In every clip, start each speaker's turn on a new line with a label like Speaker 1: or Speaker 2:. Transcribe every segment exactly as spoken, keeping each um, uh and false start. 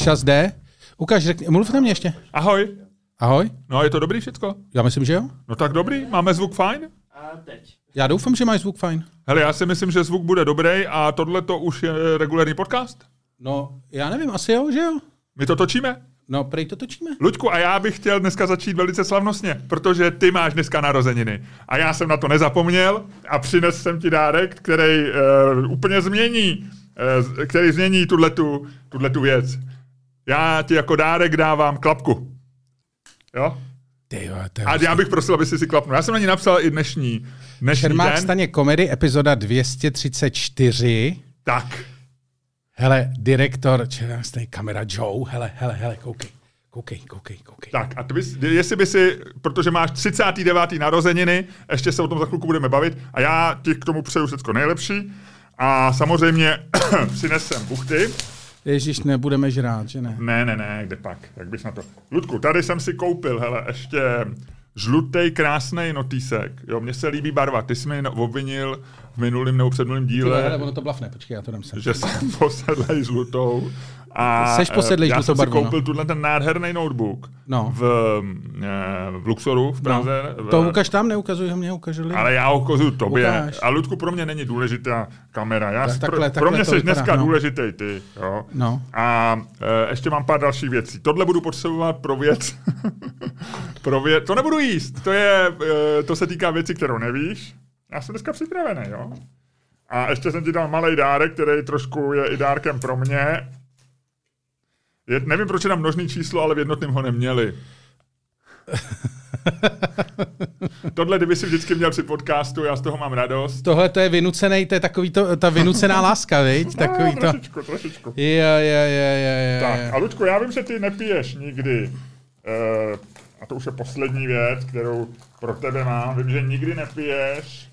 Speaker 1: Čas jde. Ukaž, řekni, mluv na mě ještě.
Speaker 2: Ahoj.
Speaker 1: Ahoj.
Speaker 2: No, je to dobrý všecko?
Speaker 1: Já myslím, že jo.
Speaker 2: No tak dobrý, máme zvuk fajn?
Speaker 3: A teď.
Speaker 1: Já doufám, že máš zvuk fajn.
Speaker 2: Hele, já si myslím, že zvuk bude dobrý a tohle to už je regulární podcast?
Speaker 1: No, já nevím, asi jo, že jo.
Speaker 2: My to točíme?
Speaker 1: No, prej to točíme.
Speaker 2: Luďku, a já bych chtěl dneska začít velice slavnostně, protože ty máš dneska narozeniny. A já jsem na to nezapomněl a přinesl jsem ti dárek, který uh, úplně změní, uh, který změní tuhletu, tuhletu věc. Já ti jako dárek dávám klapku. Jo?
Speaker 1: Ty jo, to je
Speaker 2: a já bych prosil, aby si si klapnul. Já jsem na ní napsal i dnešní, dnešní
Speaker 1: Čermák
Speaker 2: den.
Speaker 1: Staněk Komedy, epizoda dvě stě třicet čtyři.
Speaker 2: Tak.
Speaker 1: Hele, direktor, Čermák Staněk, kamera Joe, hele, hele, hele, koukej, koukej, koukej, koukej.
Speaker 2: Tak a ty bys, jestli by si, protože máš třicáté deváté narozeniny, ještě se o tom za chvilku budeme bavit a já ti k tomu přeju všecko nejlepší a samozřejmě přinesem buchty.
Speaker 1: Ježíš, nebudeme žrát, že ne?
Speaker 2: Ne, ne, ne, kde pak, jak bys na to. Ludku, tady jsem si koupil, hele, ještě žlutej krásnej notýsek, jo, mně se líbí barva, ty jsi mi obvinil v minulým nebo předminulým díle,
Speaker 1: hele, ono to blafne, počkej, já to dám sem.
Speaker 2: že jsem posedlej žlutou. A
Speaker 1: Seš posedlej
Speaker 2: já
Speaker 1: žlutou
Speaker 2: jsem si
Speaker 1: barvu,
Speaker 2: koupil
Speaker 1: no.
Speaker 2: tuhle ten nádherný notebook
Speaker 1: No.
Speaker 2: v, v Luxoru v Praze.
Speaker 1: No. To ukaž tam, neukazuj ho, mě ukažili.
Speaker 2: Ale já ukazuju tobě.
Speaker 1: Ukáž.
Speaker 2: A Ludku, pro mě není důležitá kamera. Já
Speaker 1: Tak,
Speaker 2: si,
Speaker 1: takhle,
Speaker 2: pro,
Speaker 1: takhle
Speaker 2: pro mě
Speaker 1: to
Speaker 2: jsi
Speaker 1: vypadá,
Speaker 2: dneska
Speaker 1: no.
Speaker 2: důležitý ty. Jo?
Speaker 1: No.
Speaker 2: A e, ještě mám pár dalších věcí. Tohle budu potřebovat pro věc. pro věc. To nebudu jíst. To, je, e, to se týká věcí, kterou nevíš. Já jsem dneska připravený, jo. A ještě jsem ti dal malej dárek, který trošku je i dárkem pro mě. Je, nevím, proč je tam množný číslo, ale v jednotným ho neměli. Tohle, kdyby si vždycky měl při podcastu, já z toho mám radost.
Speaker 1: Tohle to je vynucený, to je takový to, ta vynucená láska, viď? Takový
Speaker 2: no,
Speaker 1: to.
Speaker 2: trošičku, trošičku.
Speaker 1: Jo, jo, jo, jo, jo.
Speaker 2: Tak, a Ludku, já vím, že ty nepiješ nikdy. Uh, a to už je poslední věc, kterou pro tebe mám. Vím, že nikdy nepiješ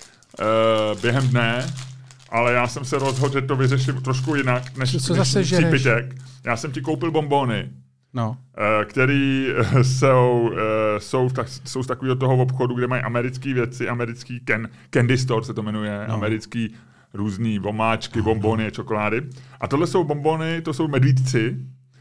Speaker 2: uh, během dne, ale já jsem se rozhodl, že to vyřeším trošku jinak, než,
Speaker 1: Co
Speaker 2: než
Speaker 1: zase žereš?
Speaker 2: přípitek. Já jsem ti koupil bonbony,
Speaker 1: No.
Speaker 2: uh, který uh, jsou, uh, jsou, tak, jsou z takového toho obchodu, kde mají americké věci, americký can, candy store se to jmenuje,
Speaker 1: No.
Speaker 2: americký různý vomáčky, bonbony, čokolády. A tohle jsou bonbony, to jsou medvídci,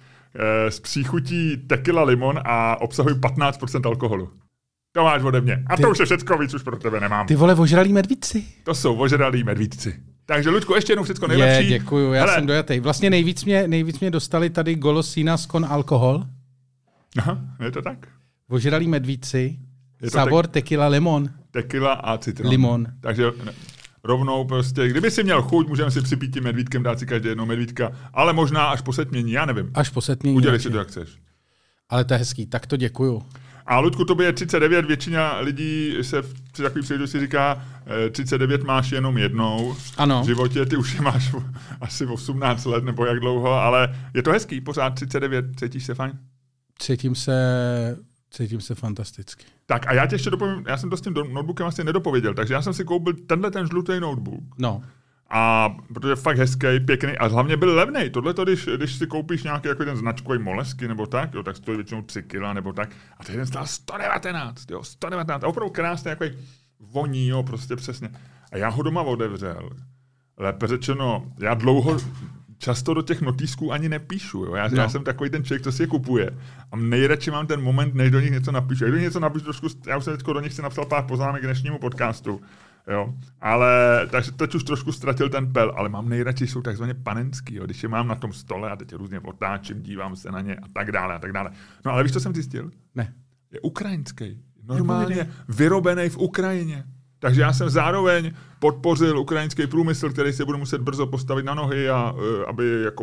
Speaker 2: s příchutí tequila limon a obsahují patnáct procent alkoholu. To máš ode mě. A
Speaker 1: Ty...
Speaker 2: to už je všecko, víc už pro tebe nemám.
Speaker 1: Ty vole, ožralí medvídci.
Speaker 2: To jsou ožralí medvídci. Takže, Luďku, ještě jednou všecko nejlepší.
Speaker 1: Je, děkuju, já
Speaker 2: Hele.
Speaker 1: jsem dojatý. Vlastně nejvíc mě, nejvíc mě dostali tady Golosina skon alkohol.
Speaker 2: Aha, je to tak?
Speaker 1: Ožralí medvíci.
Speaker 2: Je to
Speaker 1: Sabor
Speaker 2: tak...
Speaker 1: tequila limon.
Speaker 2: Tequila a citron.
Speaker 1: Limon.
Speaker 2: Takže ne, rovnou prostě, kdyby si měl chuť, můžeme si připít tím medvídkem, dát si každý jednou medvídka, ale možná až po setmění, já nevím.
Speaker 1: Až po setmění.
Speaker 2: Udělej si to, jak chceš.
Speaker 1: Ale to je hezký, tak to děkuju.
Speaker 2: A Ludku, tobě je třicet devět, většina lidí se při takový příležitosti říká, třicet devět máš jenom jednou
Speaker 1: Ano.
Speaker 2: v životě, ty už je máš asi osmnáct let nebo jak dlouho, ale je to hezký, pořád třicet devět, cítíš se fajn?
Speaker 1: Cítím se, cítím se fantasticky.
Speaker 2: Tak a já tě ještě dopovím, já jsem to s tím notebookem vlastně nedopověděl, takže já jsem si koupil tenhle ten žlutý notebook.
Speaker 1: No.
Speaker 2: A protože je fakt hezký, pěkný a hlavně byl levnej. Tohle to, když, když si koupíš nějaký jako ten značkový molesky nebo tak, jo, tak stojí většinou tři kila nebo tak. A ten stál sto devatenáct, jo, sto devatenáct. A opravdu krásný, jako voní, jo, prostě přesně. A já ho doma otevřel. Lépe řečeno, já dlouho, často do těch notýsků ani nepíšu, jo. Já, no. já jsem takový ten člověk, co si je kupuje. A nejradši mám ten moment, než do nich něco napíšu. Jak do nich něco napíšu trošku, já už jsem teď do nich si napsal pár poznámek k dnešnímu podcastu. Jo, ale takže teď už trošku ztratil ten pel, ale mám nejradši, jsou takzvaně panenský, jo, když je mám na tom stole a teď je různě otáčím, dívám se na ně a tak dále a tak dále. No ale víš, co jsem zjistil?
Speaker 1: Ne.
Speaker 2: Je ukrajinský, normálně vyrobený v Ukrajině. Takže já jsem zároveň podpořil ukrajinský průmysl, který se bude muset brzo postavit na nohy a aby jako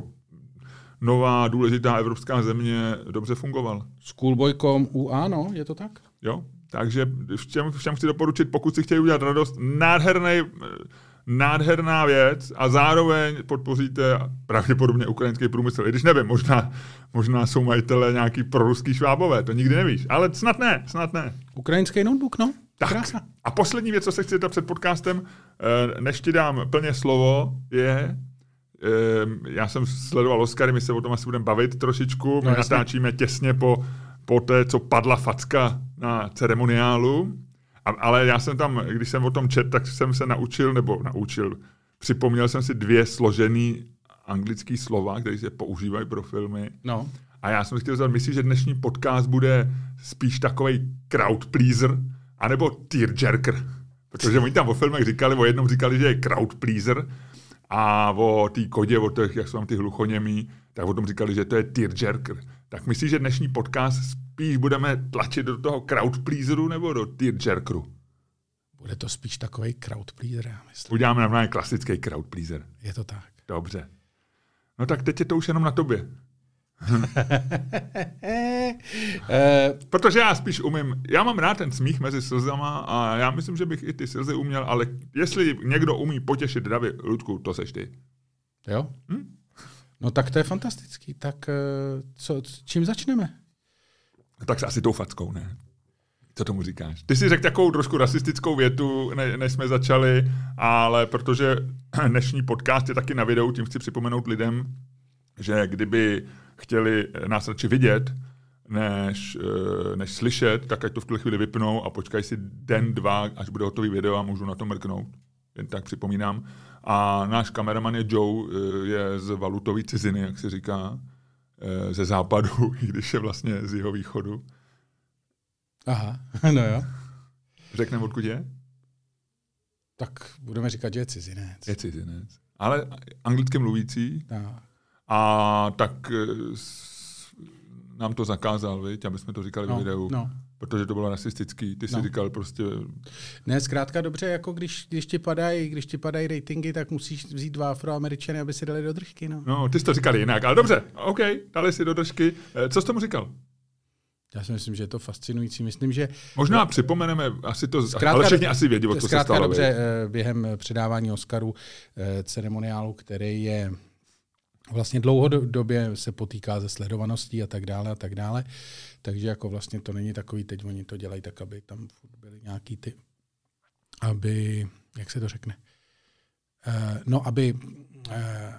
Speaker 2: nová důležitá evropská země dobře fungoval.
Speaker 1: Schoolboy tečka com U A, no, je to tak?
Speaker 2: Jo, takže všem, všem chci doporučit, pokud si chtějí udělat radost, nádherný, nádherná věc a zároveň podpoříte pravděpodobně ukrajinský průmysl. I když nevím, možná, možná jsou majitelé nějaký proruský švábové, to nikdy nevíš, ale snad ne, snad ne.
Speaker 1: Ukrajinský notebook, no.
Speaker 2: Tak.
Speaker 1: Krása.
Speaker 2: A poslední věc, co se chci zeptat před podcastem, než ti dám plně slovo, je, já jsem sledoval Oscary, my se o tom asi budeme bavit trošičku, my no, natáčíme těsně po po té, co padla facka na ceremoniálu, a, ale já jsem tam, když jsem o tom čet, tak jsem se naučil, nebo naučil, připomněl jsem si dvě složený anglický slova, které se používají pro filmy.
Speaker 1: No.
Speaker 2: A já jsem chtěl zeptat, myslíš, že dnešní podcast bude spíš takovej crowd pleaser, anebo tearjerker? Protože oni tam o filmech říkali, o jednom říkali, že je crowd pleaser, a o té kodě, o těch, jak jsou tam ty hluchoněmí, tak o tom říkali, že to je tearjerker. Tak myslíš, že dnešní podcast spíš budeme tlačit do toho crowd pleaseru nebo do tearjerkeru?
Speaker 1: Bude to spíš takovej crowd pleaser, já myslím.
Speaker 2: Uděláme normálně klasický crowd pleaser.
Speaker 1: Je to tak.
Speaker 2: Dobře. No tak teď je to už jenom na tobě. Protože já spíš umím, já mám rád ten smích mezi slzama a já myslím, že bych i ty slzy uměl, ale jestli někdo umí potěšit davy, Ludku, to seš ty.
Speaker 1: Jo? Hm? No tak to je fantastický. Tak co, čím začneme?
Speaker 2: Tak asi tou fackou, ne? Co tomu říkáš? Ty si řekl takovou trošku rasistickou větu, ne, než jsme začali, ale protože dnešní podcast je taky na videu, tím chci připomenout lidem, že kdyby chtěli nás radši vidět, než, než slyšet, tak ať to v tuhle chvíli vypnou a počkají si den, dva, až bude hotový video a můžu na to mrknout. Jen tak připomínám. A náš kameraman je Joe, je z valutové ciziny, jak se říká, ze západu, i když je vlastně z jeho východu.
Speaker 1: Aha, no jo.
Speaker 2: Řekneme, odkud je?
Speaker 1: Tak budeme říkat, že je cizinec.
Speaker 2: Je cizinec. Ale anglicky mluvící.
Speaker 1: Tak.
Speaker 2: A tak s, nám to zakázal, viď, aby jsme to říkali
Speaker 1: no,
Speaker 2: v videu.
Speaker 1: No.
Speaker 2: Protože to bylo rasistický. Ty jsi
Speaker 1: no.
Speaker 2: říkal prostě...
Speaker 1: Ne, zkrátka dobře, jako když, když ti padají když ti padají ratingy, tak musíš vzít dva Afroameričany, aby si dali do držky. No.
Speaker 2: no, ty jsi to říkal jinak, ale dobře, OK, dali si do držky. Co jsi tomu říkal?
Speaker 1: Já si myslím, že je to fascinující. Myslím, že...
Speaker 2: Možná připomeneme, asi to,
Speaker 1: zkrátka,
Speaker 2: ale všichni asi vědí, o co se stalo.
Speaker 1: Zkrátka dobře, během předávání Oscarů ceremoniálu, který je vlastně dlouhodobě se potýká se sledovaností a tak dále a tak dále. Takže jako vlastně to není takový, teď oni to dělají tak, aby tam byly nějaký ty, aby, jak se to řekne, uh, no aby, uh,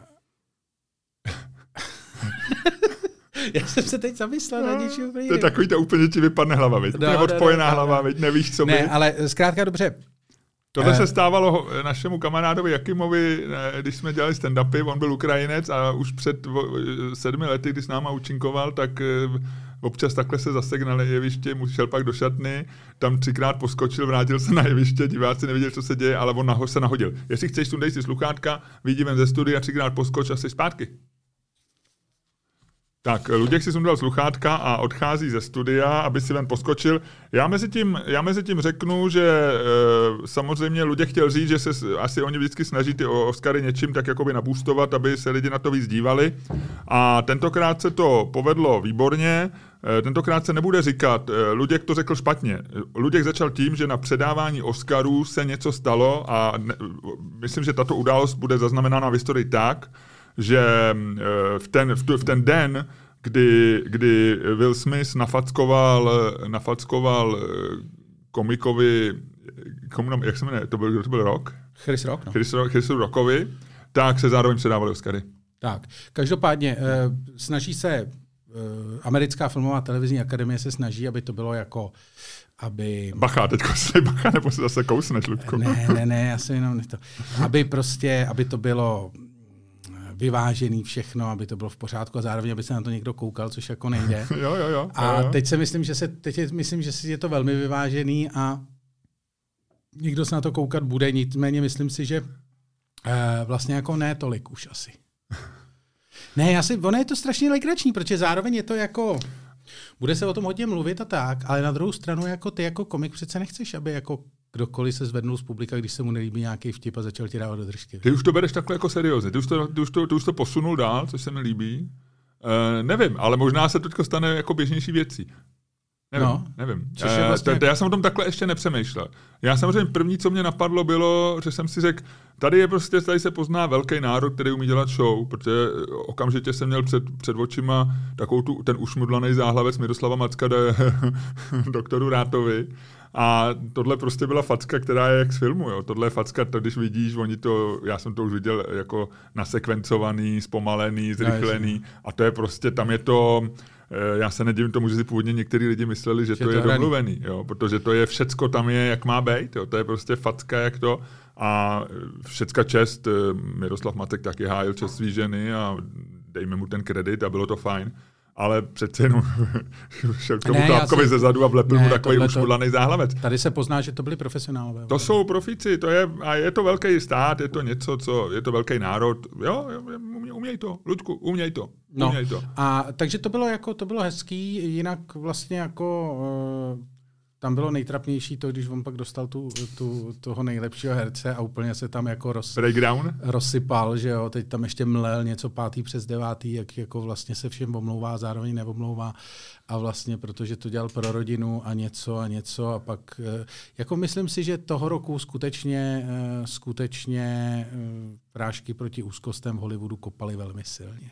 Speaker 1: já jsem se teď zamyslel na něčím.
Speaker 2: To je takový, to úplně ti vypadne hlava, viď? No, odpojená no, no, hlava, viď? Nevíš, co by.
Speaker 1: Ne, ale zkrátka dobře.
Speaker 2: Tohle se stávalo našemu kamarádovi Jakimovi, když jsme dělali stand-upy, on byl Ukrajinec a už před sedmi lety, když s náma účinkoval, tak občas takhle se zasek na jeviště, mu šel pak do šatny, tam třikrát poskočil, vrátil se na jeviště, diváci neviděli, co se děje, ale on naho- se nahodil. Jestli chceš, sundej si sluchátka, vyjdi ven ze studia, třikrát poskoč a jsi zpátky. Tak, Luděk si sundal sluchátka a odchází ze studia, aby si ven poskočil. Já mezi tím, já mezi tím řeknu, že e, samozřejmě Luděk chtěl říct, že se asi oni vždycky snaží ty Oscary něčím tak jakoby nabůstovat, aby se lidi na to víc dívali. A tentokrát se to povedlo výborně. E, tentokrát se nebude říkat, e, Luděk to řekl špatně. Luděk začal tím, že na předávání Oscarů se něco stalo a ne, myslím, že tato událost bude zaznamenána v historii tak, že v ten, v ten den, kdy, kdy Will Smith nafackoval, nafackoval komikovi, komu, jak se jmenuje, to byl, to byl Rock?
Speaker 1: Chris Rock, no.
Speaker 2: Chris, Chris Rockovi, tak se zároveň předávali Oscary.
Speaker 1: Tak, každopádně eh, snaží se, eh, americká filmová televizní akademie se snaží, aby to bylo jako aby...
Speaker 2: Bacha, teďko se bacha, nebo se zase kousneš, Ludku.
Speaker 1: Ne, ne, ne, já jsem jenom to. Aby prostě, aby to bylo vyvážený všechno, aby to bylo v pořádku a zároveň, aby se na to někdo koukal, což jako nejde.
Speaker 2: jo, jo, jo.
Speaker 1: A
Speaker 2: jo.
Speaker 1: teď se myslím, že se, teď je, myslím, že je to velmi vyvážený a někdo se na to koukat bude, nicméně myslím si, že eh, vlastně jako ne tolik už asi. Ne, já si, ono je to strašně legrační, protože zároveň je to jako, bude se o tom hodně mluvit a tak, ale na druhou stranu jako ty jako komik přece nechceš, aby jako kdokoliv se zvednul z publika, když se mu nelíbí nějaký vtip a začal ti dávat do držky.
Speaker 2: Ty už to bereš takhle jako seriózně, ty už to, ty už to, ty už to posunul dál, což se mi líbí. E, nevím, ale možná se to stane jako běžnější věcí. Nevím, no, nevím. E, vlastně... to, to já jsem o tom takhle ještě nepřemýšlel. Já samozřejmě první, co mě napadlo, bylo, že jsem si řekl, tady je prostě, tady se pozná velký národ, který umí dělat show, protože okamžitě jsem měl před, před očima takovou tu, ten ušmudlaný záhlavec Miroslava Macka doktoru Rátovi. A tohle prostě byla facka, která je jak z filmu. Jo. Tohle je facka, to, když vidíš, oni to, já jsem to už viděl jako nasekvencovaný, zpomalený, zrychlený. A to je prostě, tam je to, já se nedivím tomu, že si původně některý lidi mysleli, že, že to, to je hraný. Domluvený, jo, protože to je všecko tam je, jak má být. Jo. To je prostě facka, jak to. A všecka čest, Miroslav Macek taky hájil čest svý ženy a dejme mu ten kredit a bylo to fajn. Ale přece jenom šel k tomu Chlápkovi si... ze zadu a vlepil ne, mu takový ušmudlaný záhlavec.
Speaker 1: Tady se pozná, že to byli profesionálové.
Speaker 2: To jsou profíci, to je, a je to velký stát, je to něco, co, je to velký národ. Jo, uměj to, Luďku, uměj to. Uměj
Speaker 1: no,
Speaker 2: to.
Speaker 1: A takže to bylo jako, to bylo hezký, jinak vlastně jako... Uh... Tam bylo nejtrapnější to, když on pak dostal tu, tu, toho nejlepšího herce a úplně se tam jako roz, rozsypal, že jo, teď tam ještě mlel něco pátý přes devátý, jak jako vlastně se všem omlouvá, zároveň neomlouvá a vlastně protože to dělal pro rodinu a něco a něco a pak, jako myslím si, že toho roku skutečně, skutečně prášky proti úzkostem v Hollywoodu kopaly velmi silně.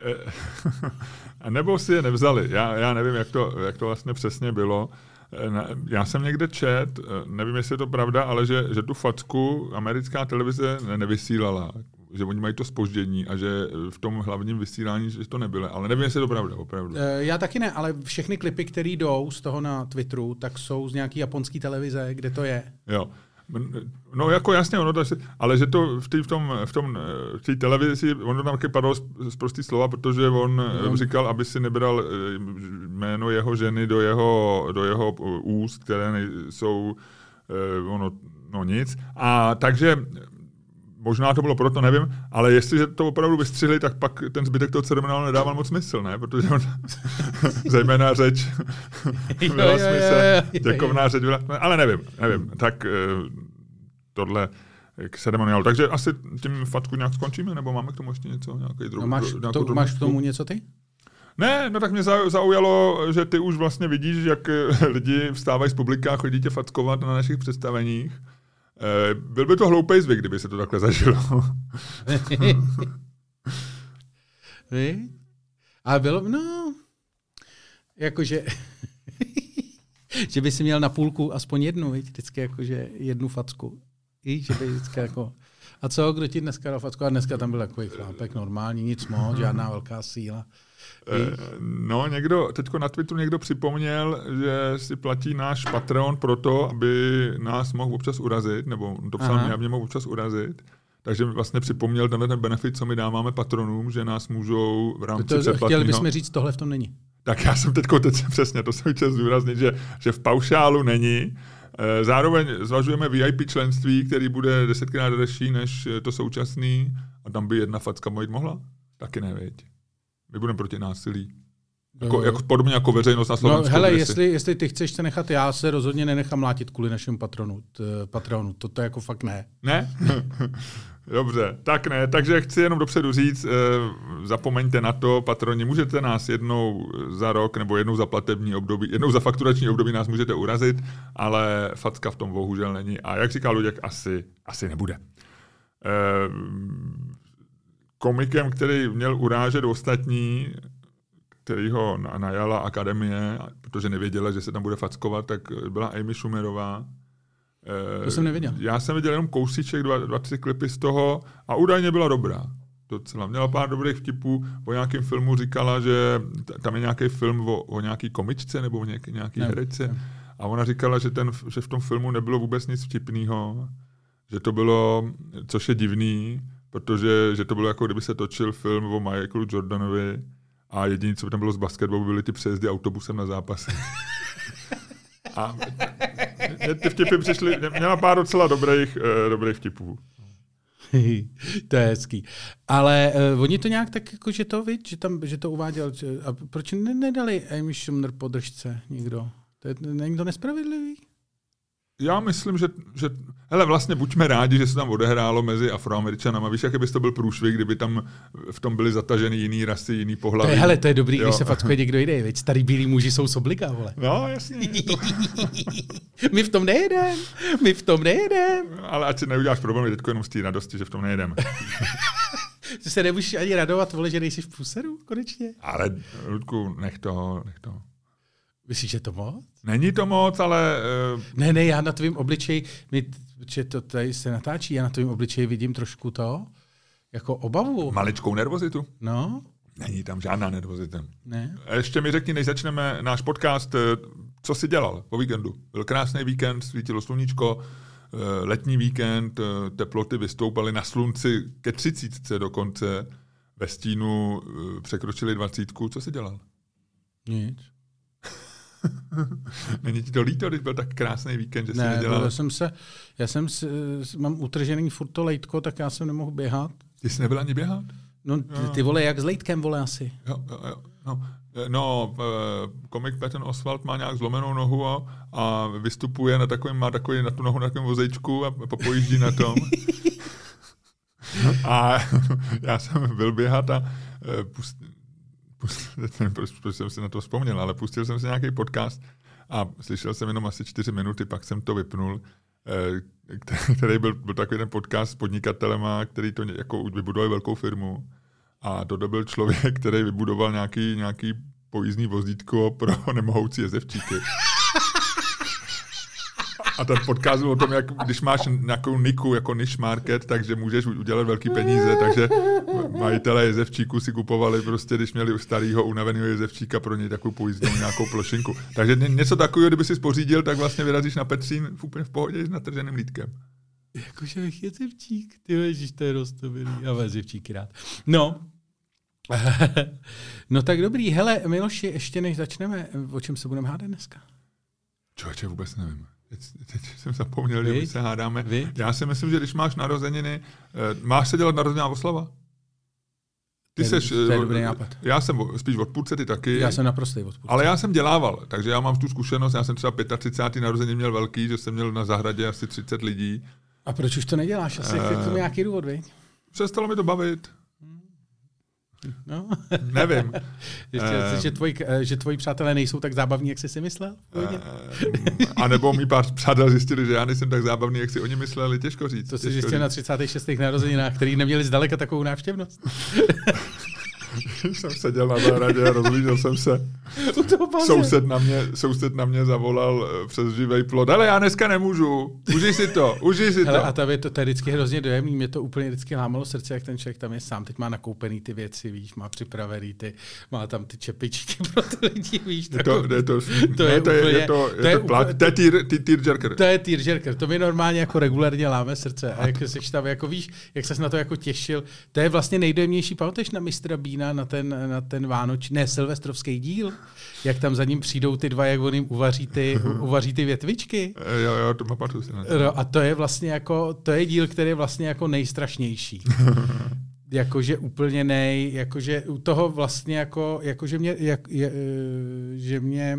Speaker 2: A nebo si je nevzali, já, já nevím, jak to, jak to vlastně přesně bylo. Já jsem někde čet, nevím, jestli je to pravda, ale že, že tu facku americká televize nevysílala, že oni mají to zpoždění a že v tom hlavním vysílání že to nebylo, ale nevím, jestli je to pravda, opravdu.
Speaker 1: Já taky ne, ale všechny klipy, které jdou z toho na Twitteru, tak jsou z nějaký japonský televize, kde to je.
Speaker 2: Jo. No jako jasně, ono to asi, ale že to v té v tom, v tom, v té televizi, ono tam taky padalo z, z prostý slova, protože on no. říkal, aby si nebral jméno jeho ženy do jeho, do jeho úst, které jsou ono, no nic. A takže možná to bylo proto, nevím, ale jestliže to opravdu vystřihli, tak pak ten zbytek toho ceremoniálu nedával moc smysl, ne? Protože on, zejména řeč byla smysl, děkovná řeč byla, ale nevím, nevím. Tak tohle k ceremoniálu. Takže asi tím facku nějak skončíme, nebo máme k tomu ještě něco? Nějaký druh,
Speaker 1: no máš, to, máš k tomu něco ty?
Speaker 2: Ne, no tak mě zaujalo, že ty už vlastně vidíš, jak lidi vstávají z publika a chodí tě fackovat na našich představeních. Byl by to hloupej zvyk, kdyby se to takhle zažilo.
Speaker 1: A bylo, no, jakože, že by si měl na půlku aspoň jednu, víc, vždycky jakože jednu facku. I, že by vždycky jako, a co, kdo ti dneska dal facku? A dneska tam byl takový chlápek, normální, nic moc, žádná velká síla.
Speaker 2: No, někdo, teďko na Twitteru někdo připomněl, že si platí náš Patreon proto, aby nás mohl občas urazit, nebo to psal mě, aby mě mohl občas urazit. Takže vlastně připomněl tenhle ten benefit, co my dáváme patronům, že nás můžou v rámci
Speaker 1: to,
Speaker 2: předplatného...
Speaker 1: Chtěli bychom říct, tohle v tom není.
Speaker 2: Tak já jsem teďko, teď přesně, to jsem chtěl zdůraznit, že, že v paušálu není. Zároveň zvažujeme V I P členství, který bude desetkrát dražší než to současný, a tam by jedna facka mít mohla? Taky ne, veď. My budeme proti násilí. Jako, jako, podobně jako veřejnost na Slovensku.
Speaker 1: No hele, jestli, jestli ty chceš se nechat, já se rozhodně nenechám mlátit kvůli našemu patronu. T, patronu. To, to jako fakt ne.
Speaker 2: Ne? Dobře, tak ne. Takže chci jenom dopředu říct, eh, zapomeňte na to, patroni, můžete nás jednou za rok nebo jednou za platební období, jednou za fakturační období nás můžete urazit, ale facka v tom bohužel není. A jak říká Luděk, asi, asi nebude. Eh, komikem, který měl urážet ostatní, který ho najala akademie, protože nevěděla, že se tam bude fackovat, tak byla Amy Schumerová.
Speaker 1: To jsem nevěděl.
Speaker 2: Já jsem viděl jenom kousíček, dva, dva, tři klipy z toho a údajně byla dobrá. Docela. Měla pár dobrých vtipů. O nějakém filmu říkala, že tam je nějaký film o, o nějaký komičce nebo o nějaký, nějaký ne, herečce. Ne. A ona říkala, že, ten, že v tom filmu nebylo vůbec nic vtipného. Že to bylo, což je divný, protože že to bylo jako kdyby se točil film o Michaelu Jordanovi a jediné, co by tam bylo z basketbalu, byly ty přejezdy autobusem na zápasy. A ty vtipy přišly, měla pár docela dobrých, uh, dobrých vtipů.
Speaker 1: To je hezký. Ale uh, oni to nějak tak jako, že to vid, že, tam, že to uváděl. Že, a proč ne, nedali Amy Schumer podržce někdo? To je, není to nespravedlivý?
Speaker 2: Já myslím, že, že hele, vlastně buďme rádi, že se tam odehrálo mezi Afroameričanama. Víš, jaký by to byl průšvih, kdyby tam v tom byly zataženy jiný rasy, jiný pohlaví.
Speaker 1: To je, hele, to je dobrý, jo. Když se fackuje někdo jiný, veď starý bílí muži jsou z oblika, vole.
Speaker 2: No, jasně. To...
Speaker 1: My v tom nejedem, my v tom nejedem.
Speaker 2: Ale ať si neuděláš problém, teďko jenom z té radosti, že v tom nejedeme.
Speaker 1: Ty se nemůžeš ani radovat, vole, že nejsi v průseru, konečně.
Speaker 2: Ale, Ludku, nech to, nech to.
Speaker 1: Myslíš, že to moc?
Speaker 2: Není to moc, ale... Uh...
Speaker 1: Ne, ne, já na tvým obličeji, my, že to tady se natáčí, já na tvým obličeji vidím trošku to, jako obavu.
Speaker 2: Maličkou nervozitu?
Speaker 1: No.
Speaker 2: Není tam žádná nervozita.
Speaker 1: Ne.
Speaker 2: Ještě mi řekni, než začneme náš podcast, co jsi dělal po víkendu? Byl krásný víkend, svítilo sluníčko, letní víkend, teploty vystoupaly na slunci ke třicítce dokonce, ve stínu překročili dvacítku. Co jsi dělal?
Speaker 1: Nic.
Speaker 2: Není ti to líto, když byl tak krásný víkend, že jsi
Speaker 1: ne,
Speaker 2: nedělal?
Speaker 1: Já jsem se, já jsem si, mám utržený furt to lejtko, tak já jsem nemohl běhat.
Speaker 2: Ty jsi nebyl ani běhat?
Speaker 1: No ty, ty vole, jak s lejtkem, vole, asi.
Speaker 2: Jo, jo, jo. No, no komik Patton Oswalt má nějak zlomenou nohu a, a vystupuje na takovém, má takový na tu nohu na takovém vozejčku a popojíždí na tom. A já jsem byl běhat a pust, pust, nevím, proč, proč jsem si na to vzpomněl, ale pustil jsem si nějaký podcast a slyšel jsem jenom asi čtyři minuty, pak jsem to vypnul, který byl, byl takový ten podcast s podnikatelema, který to jako vybudoval velkou firmu. A to byl člověk, který vybudoval nějaký, nějaký pojízdný vozítko pro nemohoucí jezevčíky. A ten podcast byl o tom, jak když máš nějakou niku jako niche market, takže můžeš udělat velký peníze, takže majitelé jezevčíků si kupovali prostě, když měli starého unaveného jezevčíka pro něj takovou pojízdnou nějakou plošinku. Takže něco takového, kdyby si spořídil, tak vlastně vyrazíš na Petřín v úplně v pohodě s natrženým lítkem.
Speaker 1: Jakože bych jezevčík, ty ježiš, to je roztomilý. Já mám jezevčíky rád. No, no tak dobrý. Hele, Miloši, ještě než začneme, o čem se budeme hádat dneska?
Speaker 2: Člověče, vůbec nevím. Teď, teď jsem zapomněl,
Speaker 1: Víč?
Speaker 2: že my se hádáme.
Speaker 1: Víč?
Speaker 2: Já si myslím, že když máš narozeniny, máš se dělat narozeninová oslava? Ty
Speaker 1: to je,
Speaker 2: seš,
Speaker 1: to je dobrý nápad.
Speaker 2: Já jsem spíš odpůrce, ty taky.
Speaker 1: Já jsem naprostý odpůrce.
Speaker 2: Ale já jsem dělával, takže já mám tu zkušenost. Já jsem třeba třicátého pátého narozeniny měl velký, že jsem měl na zahradě asi třicet lidí.
Speaker 1: A proč už to neděláš? Asi uh, k tomu nějaký důvod, viď?
Speaker 2: Přestalo mi to bavit.
Speaker 1: No.
Speaker 2: Nevím.
Speaker 1: Ještě, uh, že, tvoji, že tvoji přátelé nejsou tak zábavní, jak jsi si myslel? Uh,
Speaker 2: a nebo mi pár přátel zjistili, že já nejsem tak zábavný, jak si oni mysleli. Těžko říct.
Speaker 1: To jsi zjistil říct. Na třicátých šestých narozeninách, který neměli zdaleka takovou návštěvnost.
Speaker 2: Jsem seděl na zahradě a rozlížel jsem se. Soused na mě, soused na mě zavolal přes živej plot. Ale já dneska nemůžu. Užij si to, užij si
Speaker 1: Hele,
Speaker 2: to.
Speaker 1: A to je, to, to je vždycky hrozně dojemný. Mě to úplně vždycky lámalo srdce, jak ten člověk tam je sám. Teď má nakoupený ty věci, víš, má připravený ty, má tam ty čepičky pro ty lidi, víš.
Speaker 2: Je to, je to,
Speaker 1: to je
Speaker 2: to
Speaker 1: úplně,
Speaker 2: je to, je to, plát, to je tearjerker.
Speaker 1: To je tearjerker, to mi normálně jako regulárně láme srdce. A jak seš tam, jako víš, jak ses na to jako těšil. To je vlastně nejdojemnější. Pamatuješ na mistra Beana, na ten, na ten vánoční, ne, silvestrovský díl, jak tam za ním přijdou ty dva, jak on jim uvaří ty, uvaří ty větvičky.
Speaker 2: Jo, jo, to má pamatuju si na to.
Speaker 1: No, a to je vlastně jako, to je díl, který je vlastně jako nejstrašnější. Jakože úplně nej, jakože u toho vlastně jako, jakože mě, jak, je, že mě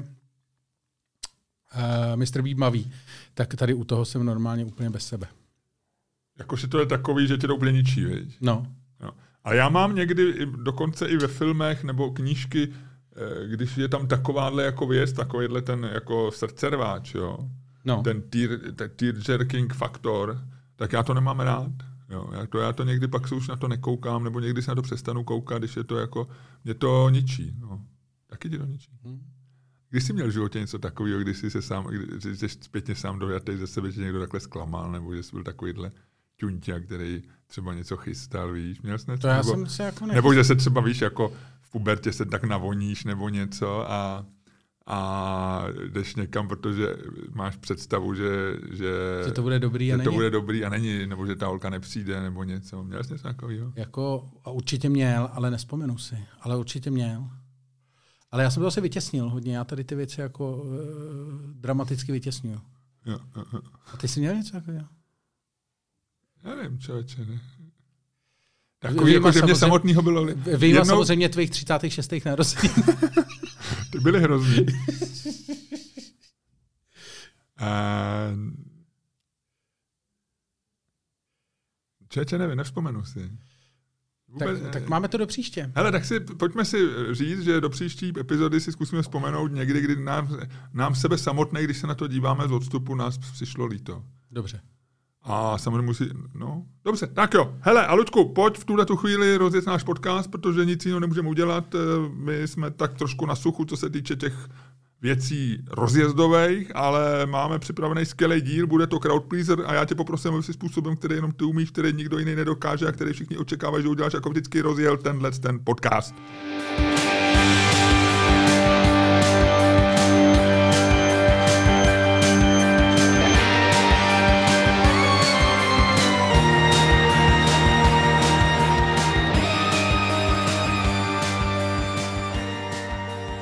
Speaker 1: uh, mistr Bean baví, tak tady u toho jsem normálně úplně bez sebe.
Speaker 2: Jakože to je takový, že tě to úplně ničí, viď?
Speaker 1: No.
Speaker 2: no. A já mám někdy, dokonce i ve filmech nebo knížky, když je tam takováhle jako věc, takovýhle ten jako srdcerváč, jo,
Speaker 1: no.
Speaker 2: ten tear-jerking faktor, tak já to nemám rád. Jo. Já, to, já to někdy pak se už na to nekoukám, nebo někdy se na to přestanu koukat, když je to jako, mě to ničí. No. Taky ti to ničí. Hmm. Když jsi měl v životě něco takového, když jsi se sám, když jsi zpětně sám dojatý ze sebe, že někdo takhle zklamal, nebo že jsi byl takovýhle ťunťa, který třeba něco chystal, víš, měl jsi něco?
Speaker 1: To já
Speaker 2: nebo,
Speaker 1: jsem se jako
Speaker 2: nebo že se třeba, víš, jako v pubertě se tak navoníš nebo něco a, a jdeš někam, protože máš představu, že, že,
Speaker 1: že to bude dobrý
Speaker 2: že
Speaker 1: a
Speaker 2: to
Speaker 1: není.
Speaker 2: bude dobrý a není, nebo že ta holka nepřijde nebo něco. Měl jsi něco takového?
Speaker 1: Jako, určitě měl, ale nespomenu si. Ale určitě měl. Ale já jsem to asi vytěsnil hodně. Já tady ty věci jako uh, dramaticky vytěsňuju.
Speaker 2: Jo, jo, jo. A
Speaker 1: ty jsi měl něco takového?
Speaker 2: Nevím, člověče, ne. Takový, jako, že mě samotného bylo...
Speaker 1: Vyjma jednou... samozřejmě tvých třicátých šestých narozenin.
Speaker 2: Ty byly hrozný. A... Člověče, nevím, nevzpomenu si.
Speaker 1: Vůbec, tak, tak máme to do příště.
Speaker 2: Hele, tak si, pojďme si říct, že do příští epizody si zkusíme vzpomenout někdy, kdy nám, nám sebe samotné, když se na to díváme z odstupu, nás přišlo líto.
Speaker 1: Dobře.
Speaker 2: A samozřejmě musí, no, dobře, tak jo. Hele, a Luďku, pojď v tuhle tu chvíli rozjet náš podcast, protože nic jiného nemůžeme udělat. My jsme tak trošku na suchu, co se týče těch věcí rozjezdových, ale máme připravený skvělý díl, bude to crowd pleaser a já tě poprosím, aby si způsobem, který jenom ty umíš, který nikdo jiný nedokáže a který všichni očekávají, že uděláš, jako vždycky rozjel tenhle ten podcast.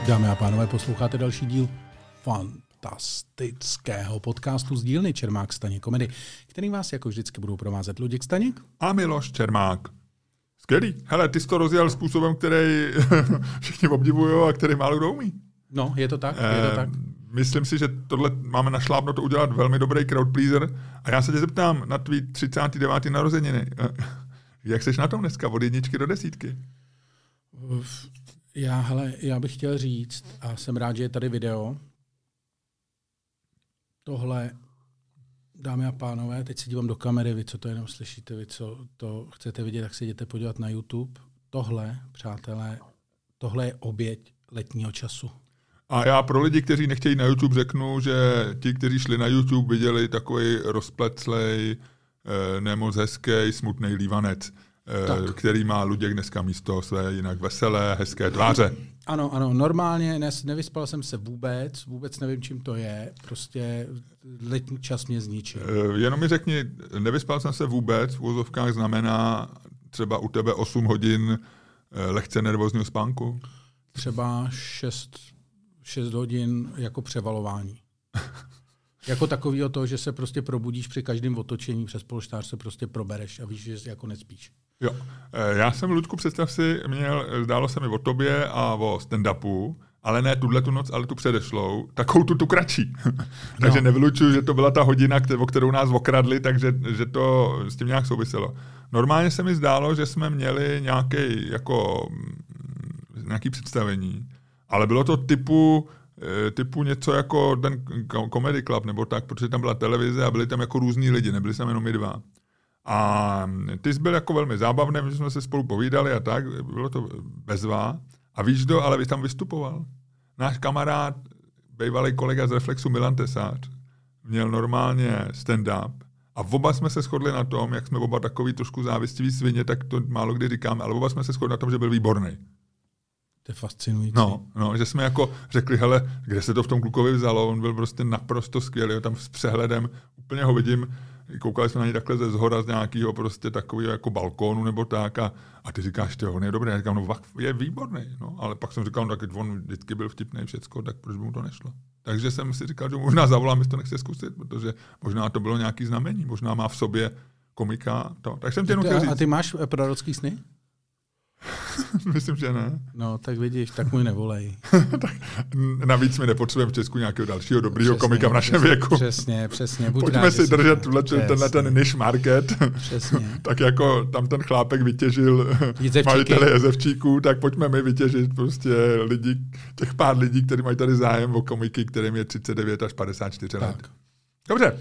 Speaker 1: Dámy a pánové, posloucháte další díl fantastického podcastu z dílny Čermák Staněk Komedy, který vás jako vždycky budou provázet Luděk Staněk
Speaker 2: a Miloš Čermák. Skvělý. Hele, ty jsi to rozjel způsobem, který všichni obdivují a který málo kdo umí.
Speaker 1: No, je to tak, je to tak.
Speaker 2: Myslím si, že tohle máme našlápno to udělat velmi dobrý crowd pleaser. A já se tě zeptám na tvý třicáté deváté narozeniny. Jak seš na tom dneska od jedničky do desítky?
Speaker 1: Já, hele, já bych chtěl říct, a jsem rád, že je tady video. Tohle, dámy a pánové, teď se dívám do kamery, vy co to jenom slyšíte, vy co to chcete vidět, tak se jděte podívat na YouTube. Tohle, přátelé, tohle je oběť letního času.
Speaker 2: A já pro lidi, kteří nechtějí na YouTube, řeknu, že ti, kteří šli na YouTube, viděli takový rozpleclej, nemoc hezký, smutný lívanec, tak. Který má Luděk dneska místo své jinak veselé, hezké tváře.
Speaker 1: Ano, ano, normálně ne, nevyspal jsem se vůbec, vůbec nevím, čím to je, prostě letní čas mě zničil.
Speaker 2: Jenom mi řekni, nevyspal jsem se vůbec, v úvozovkách znamená třeba u tebe osm hodin lehce nervózního spánku?
Speaker 1: Třeba šest hodin jako převalování. Jako takovýho toho, že se prostě probudíš při každém otočení přes polštář, se prostě probereš a víš, že jako nespíš.
Speaker 2: Jo. Já jsem, Luďku, představ si, měl, zdálo se mi o tobě a o stand-upu, ale ne tuhle tu noc, ale tu předešlou, takovou tu, tu kratší. Takže no. Nevylučuju, že to byla ta hodina, o kterou nás okradli, takže že to s tím nějak souviselo. Normálně se mi zdálo, že jsme měli nějaký, jako, nějaký představení, ale bylo to typu typu něco jako ten Comedy Club, nebo tak, protože tam byla televize a byli tam jako různí lidi, nebyli tam jenom my dva. A ty jsi byl jako velmi zábavný, že jsme se spolu povídali a tak, bylo to bezvá. A víš kdo, ale vy tam vystupoval. Náš kamarád, bývalý kolega z Reflexu Milan Tesář, měl normálně stand-up a oba jsme se shodli na tom, jak jsme oba takový trošku závistivý svině, tak to málo kdy říkáme, ale oba jsme se shodli na tom, že byl výborný.
Speaker 1: To je fascinující.
Speaker 2: No, no, že jsme jako řekli, hele, kde se to v tom klukovi vzalo, on byl prostě naprosto skvělý, tam s přehledem, úplně ho vidím, koukali jsme na něj takhle ze zhora z nějakého prostě takového jako balkónu nebo tak a, a ty říkáš, že on je dobrý, já říkám, no je výborný, no, ale pak jsem říkal, no, tak on vždycky byl vtipný všecko, tak proč by mu to nešlo. Takže jsem si říkal, že možná zavolám, jestli to nechce zkusit, protože možná to bylo nějaký znamení, možná má v sobě komika, to. Tak jsem tě jenom chtěl říct.
Speaker 1: A ty máš prorocký sny?
Speaker 2: Myslím, že ne.
Speaker 1: No, tak vidíš, tak můj nevolej.
Speaker 2: Tak, navíc my nepotřebujeme v Česku nějakého dalšího dobrýho komika v našem
Speaker 1: přesně,
Speaker 2: věku.
Speaker 1: Přesně, přesně. Buď
Speaker 2: Pojďme
Speaker 1: rádi,
Speaker 2: si držet tuhle, tenhle ten niche market.
Speaker 1: Přesně.
Speaker 2: Tak jako tam ten chlápek vytěžil majitele jezevčíků, tak pojďme my vytěžit prostě lidi, těch pár lidí, kteří mají tady zájem o komiky, kterým je třicet devět až padesát čtyři let.
Speaker 1: Tak.
Speaker 2: Dobře.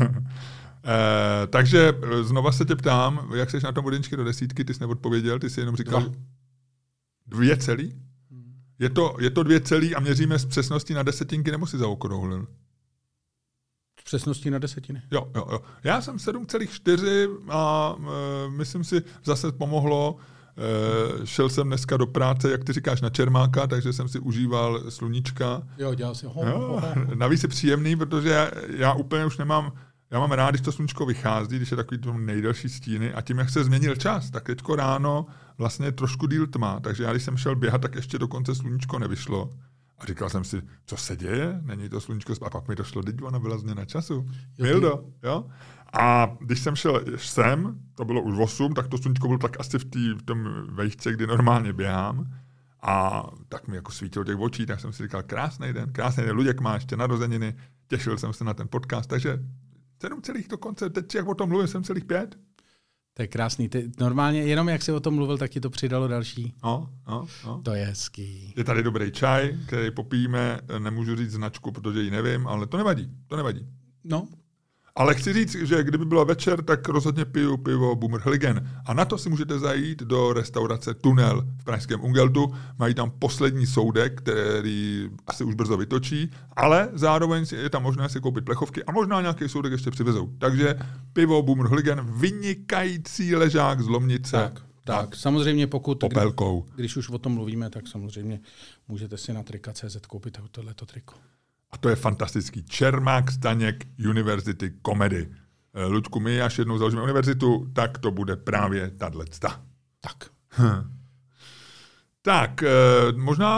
Speaker 2: Eh, takže znova se tě ptám, jak seš na tom od jedničky do desítky, ty jsi neodpověděl, ty jsi jenom říkal
Speaker 1: Dva.
Speaker 2: Dvě celý? Hmm. Je to, je to dvě celý a měříme s přesností na desetinky, nebo si zaokrouhlil?
Speaker 1: S přesností na desetiny.
Speaker 2: Jo, jo, jo. Já jsem sedm celá čtyři a e, myslím si, zase pomohlo. E, šel jsem dneska do práce, jak ty říkáš, na Čermáka, takže jsem si užíval sluníčka.
Speaker 1: Jo, dělal si ho,
Speaker 2: jo,
Speaker 1: ho, ho.
Speaker 2: Navíc je příjemný, protože já, já úplně už nemám, já mám rád, když to sluníčko vychází, když je takový to nejdelší stíny a tím, jak se změnil čas, tak teďko ráno vlastně trošku díl tma, takže já když jsem šel běhat, tak ještě dokonce sluníčko nevyšlo. A říkal jsem si, co se děje? Není to sluníčko, a pak mi došlo, teď ona byla změna času. Mildo, jo? A když jsem šel sem, to bylo už osm, tak to sluníčko bylo tak asi v, tý, v tom vejšce, kdy normálně běhám. A tak mi jako svítilo těch očí, tak jsem si říkal, krásný den, krásný den, Luděk má ještě narozeniny, těšil jsem se na ten podcast, takže sedm celých dokonce, teď jak o tom mluvím, jsem celých pět.
Speaker 1: To je krásný. Ty, normálně, jenom jak jsi o tom mluvil, tak ti to přidalo další.
Speaker 2: No, no, no.
Speaker 1: To je hezký.
Speaker 2: Je tady dobrý čaj, který popijeme, nemůžu říct značku, protože ji nevím, ale to nevadí, to nevadí.
Speaker 1: No.
Speaker 2: Ale chci říct, že kdyby bylo večer, tak rozhodně piju pivo Boomerhligen. A na to si můžete zajít do restaurace Tunel v pražském Ungeltu. Mají tam poslední soudek, který asi už brzo vytočí, ale zároveň je tam možné si koupit plechovky a možná nějaký soudek ještě přivezou. Takže pivo Boomerhligen, vynikající ležák z Lomnice.
Speaker 1: Tak, tak. Samozřejmě pokud,
Speaker 2: popelkou.
Speaker 1: Když, když už o tom mluvíme, tak samozřejmě můžete si na trika tečka cé zet koupit tohleto triko.
Speaker 2: A to je fantastický. Čermák Staněk University Comedy. Luďku, my až jednou založíme univerzitu, tak to bude právě tato.
Speaker 1: Tak.
Speaker 2: Hm. Tak, možná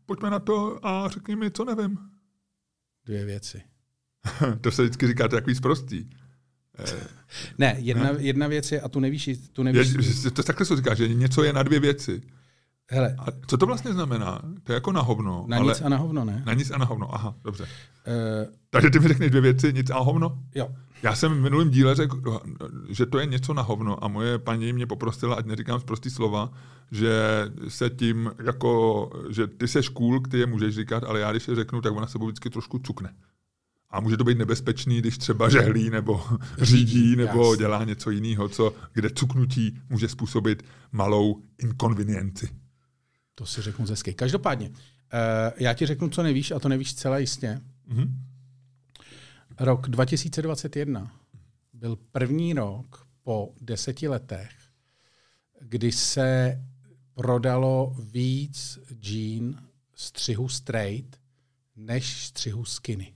Speaker 2: pojďme na to a řekni mi, co nevím.
Speaker 1: Dvě věci.
Speaker 2: To se vždycky říká, to je takový sprostý.
Speaker 1: Ne, jedna, ne? jedna věc je, a tu nevíš, tu nevíš.
Speaker 2: Je, to takhle se říká, že něco je na dvě věci.
Speaker 1: Hele.
Speaker 2: A co to vlastně znamená? To je jako na hovno.
Speaker 1: Na
Speaker 2: ale...
Speaker 1: nic a na hovno, ne?
Speaker 2: Na nic a na hovno, aha, dobře.
Speaker 1: Uh...
Speaker 2: Takže ty mi řekneš dvě věci, nic a hovno?
Speaker 1: Jo.
Speaker 2: Já jsem v minulém díle řekl, že to je něco na hovno a moje paní mě poprosila, ať neříkám zprostý slova, že se tím jako, že ty seš cool, ty je můžeš říkat, ale já když je řeknu, tak ona sebou vždycky trošku cukne. A může to být nebezpečný, když třeba žehlí nebo řídí nebo Jasne. dělá něco jiného, co, kde cuknutí může způsobit malou inkonvenienci.
Speaker 1: To si řeknu zesky. Každopádně, uh, já ti řeknu, co nevíš, a to nevíš celé jistě. Mm-hmm. Rok dva tisíce dvacet jedna byl první rok po deseti letech, kdy se prodalo víc džín střihu straight než střihu skinny.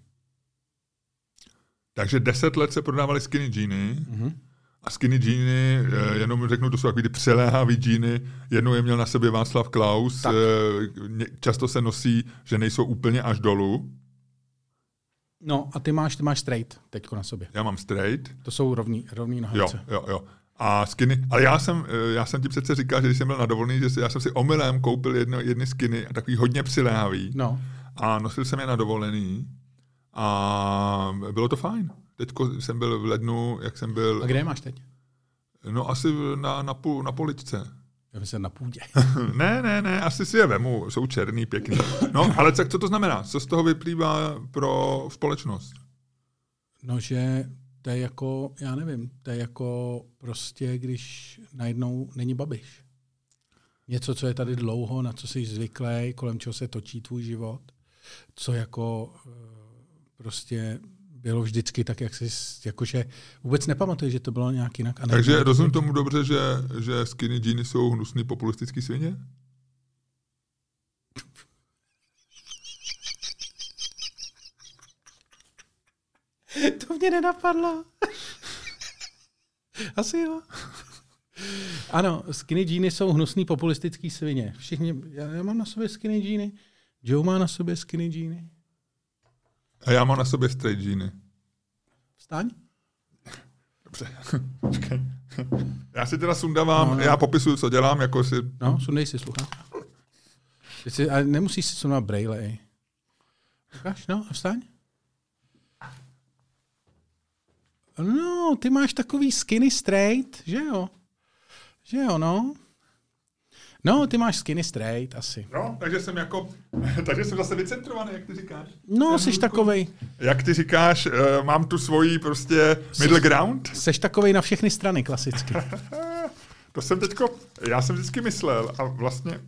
Speaker 2: Takže deset let se prodávaly skinny džíny mm-hmm. a skinny džíny, jenom řeknu, to jsou takový ty přeléhavý džíny, jednou je měl na sobě Václav Klaus, tak. Často se nosí, že nejsou úplně až dolů.
Speaker 1: No a ty máš, ty máš straight teďko na sobě.
Speaker 2: Já mám straight.
Speaker 1: To jsou rovný, rovný nohavice.
Speaker 2: Jo, jo, jo. A skinny, ale já jsem, já jsem ti přece říkal, že když jsem byl na dovolený, že si, já jsem si omylem koupil jedno, jedny skinny, takový hodně přiléhavý.
Speaker 1: No.
Speaker 2: A nosil jsem je na dovolený a bylo to fajn. Teďko jsem byl v lednu, jak jsem byl...
Speaker 1: A kde je máš teď?
Speaker 2: No asi na, na, půl, na poličce.
Speaker 1: Já myslím na půdě.
Speaker 2: ne, ne, ne, asi si je vemu, jsou černý, pěkný. No, ale co to znamená? Co z toho vyplývá pro společnost?
Speaker 1: No, že to je jako, já nevím, to je jako prostě, když najednou není Babiš. Něco, co je tady dlouho, na co jsi zvyklý, kolem čeho se točí tvůj život, co jako prostě bylo vždycky tak, jak jsi, jakože vůbec nepamatuješ, že to bylo nějak jinak. A
Speaker 2: Takže rozumím tomu dobře, že, že skinny džíny jsou hnusný populistický svině?
Speaker 1: To mě nenapadlo. Asi jo. Ano, skinny džíny jsou hnusný populistický svině. Všichni, já, já mám na sobě skinny džíny, Joe má na sobě skinny džíny.
Speaker 2: A já mám na sobě straight džíny.
Speaker 1: Vstaň.
Speaker 2: Dobře. Já si teda sundávám, no, no. já popisuju, co dělám, jako si...
Speaker 1: No, sundej si sluchátka. Si, ale nemusíš si sundat brejle. Ukáž, no, a vstaň. No, ty máš takový skinny straight, že jo? Že jo, no. No, ty máš skinny straight asi.
Speaker 2: No, takže jsem jako, takže jsem zase vycentrovaný, jak ty říkáš.
Speaker 1: No, jsi takovej.
Speaker 2: Jak ty říkáš, uh, mám tu svoji prostě middle ground.
Speaker 1: Seš takovej na všechny strany klasicky.
Speaker 2: To jsem teďko, já jsem vždycky myslel a vlastně...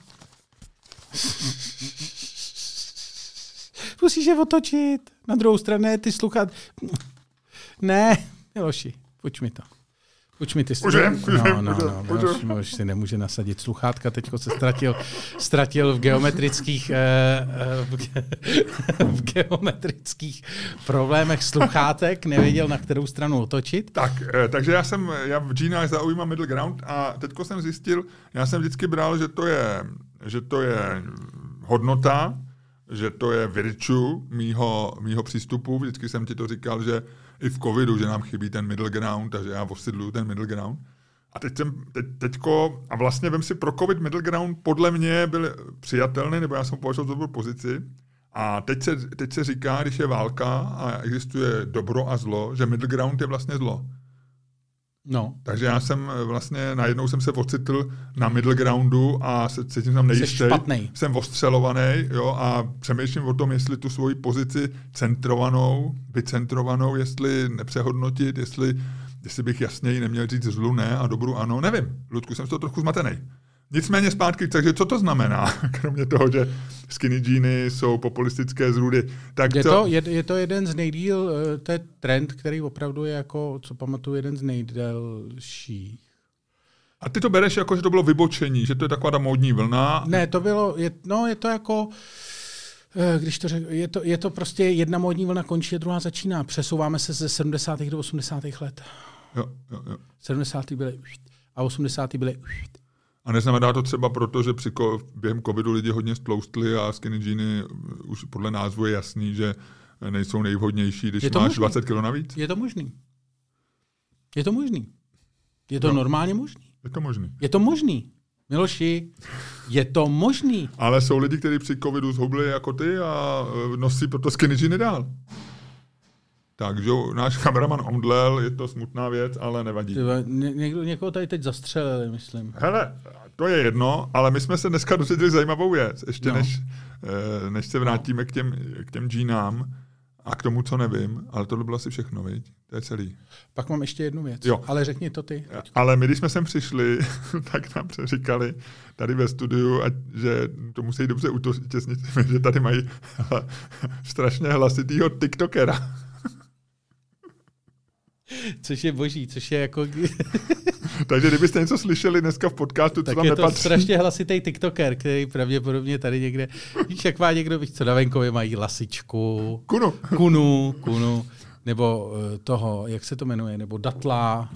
Speaker 1: Musíš je otočit. Na druhou stranu ty sluchat. Ne, Miloši, pojď mi to. Pojď mi ty
Speaker 2: sluchátka.
Speaker 1: No, no, no, Miloš, Miloš si nemůže nasadit sluchátka, teďko se ztratil, ztratil v geometrických uh, v, ge, v geometrických problémech sluchátek, nevěděl, na kterou stranu otočit.
Speaker 2: Tak, eh, takže já jsem, já v džínách zaujímám middle ground a teďko jsem zjistil, já jsem vždycky bral, že to je, že to je hodnota, že to je virtue mýho, mýho přístupu. Vždycky jsem ti to říkal, že i v covidu, že nám chybí ten middle ground a že já osidluju ten middle ground. A teď jsem, teď, teďko, a vlastně vem si pro covid middle ground podle mě byl přijatelný, nebo já jsem považoval za dobrou pozici. A teď se, teď se říká, když je válka a existuje dobro a zlo, že middle ground je vlastně zlo.
Speaker 1: No.
Speaker 2: Takže já jsem vlastně, najednou jsem se ocitl na middle groundu a se cítím tam nejistý. Jsem ostřelovaný, jo, a přemýšlím o tom, jestli tu svoji pozici centrovanou, vycentrovanou, jestli nepřehodnotit, jestli, jestli bych jasněji neměl říct zlu ne a dobru ano, nevím. Ludku, jsem z toho trochu zmatený. Nicméně zpátky, takže co to znamená, kromě toho, že skinny džíny jsou populistické zrůdy? Tak
Speaker 1: je,
Speaker 2: to,
Speaker 1: to, je, je to jeden z nejdíl, to je trend, který opravdu je jako, co pamatuju, jeden z nejdelších.
Speaker 2: A ty to bereš jako, že to bylo vybočení, že to je taková ta módní vlna?
Speaker 1: Ne, to bylo, je, no je to jako, když to řek, je to, je to prostě jedna módní vlna končí a druhá začíná. Přesouváme se ze sedmdesátých do osmdesátých let.
Speaker 2: Jo, jo, jo.
Speaker 1: sedmdesátých byly a osmdesátých byly.
Speaker 2: A neznamená to třeba proto, že při ko- během covidu lidi hodně stloustli a skinny jeany už podle názvu je jasný, že nejsou nejvhodnější, když máš možný. dvacet kilo navíc?
Speaker 1: Je to možný. Je to možný. Je to no. normálně možný.
Speaker 2: Je to možný.
Speaker 1: Je to možný. Miloši, je to možný.
Speaker 2: Ale jsou lidi, kteří při covidu zhubli jako ty a nosí proto skinny jeany dál. Takže náš kameraman omdlel, je to smutná věc, ale nevadí.
Speaker 1: Tyba, ně, někdo, někoho tady teď zastřelili, myslím.
Speaker 2: Hele, to je jedno, ale my jsme se dneska dozvěděli zajímavou věc, ještě no. než, než se vrátíme k těm, k těm džínám a k tomu, co nevím, ale tohle bylo asi všechno, viď? To je celý.
Speaker 1: Pak mám ještě jednu věc,
Speaker 2: jo.
Speaker 1: ale řekni to ty.
Speaker 2: Ale my, když jsme sem přišli, tak nám říkali tady ve studiu, že to musí dobře utěsnit, že tady mají strašně hlasitýho tiktokera.
Speaker 1: Což je boží, což je jako...
Speaker 2: Takže kdybyste něco slyšeli dneska v podcastu, co
Speaker 1: tak
Speaker 2: tam
Speaker 1: je
Speaker 2: nepatří...
Speaker 1: to strašně hlasitý tiktoker, který pravděpodobně tady někde... Víš, jak má někdo, víš co, na venkově mají lasičku...
Speaker 2: Kunu.
Speaker 1: Kunu, kunu, nebo uh, toho, jak se to jmenuje, nebo datla.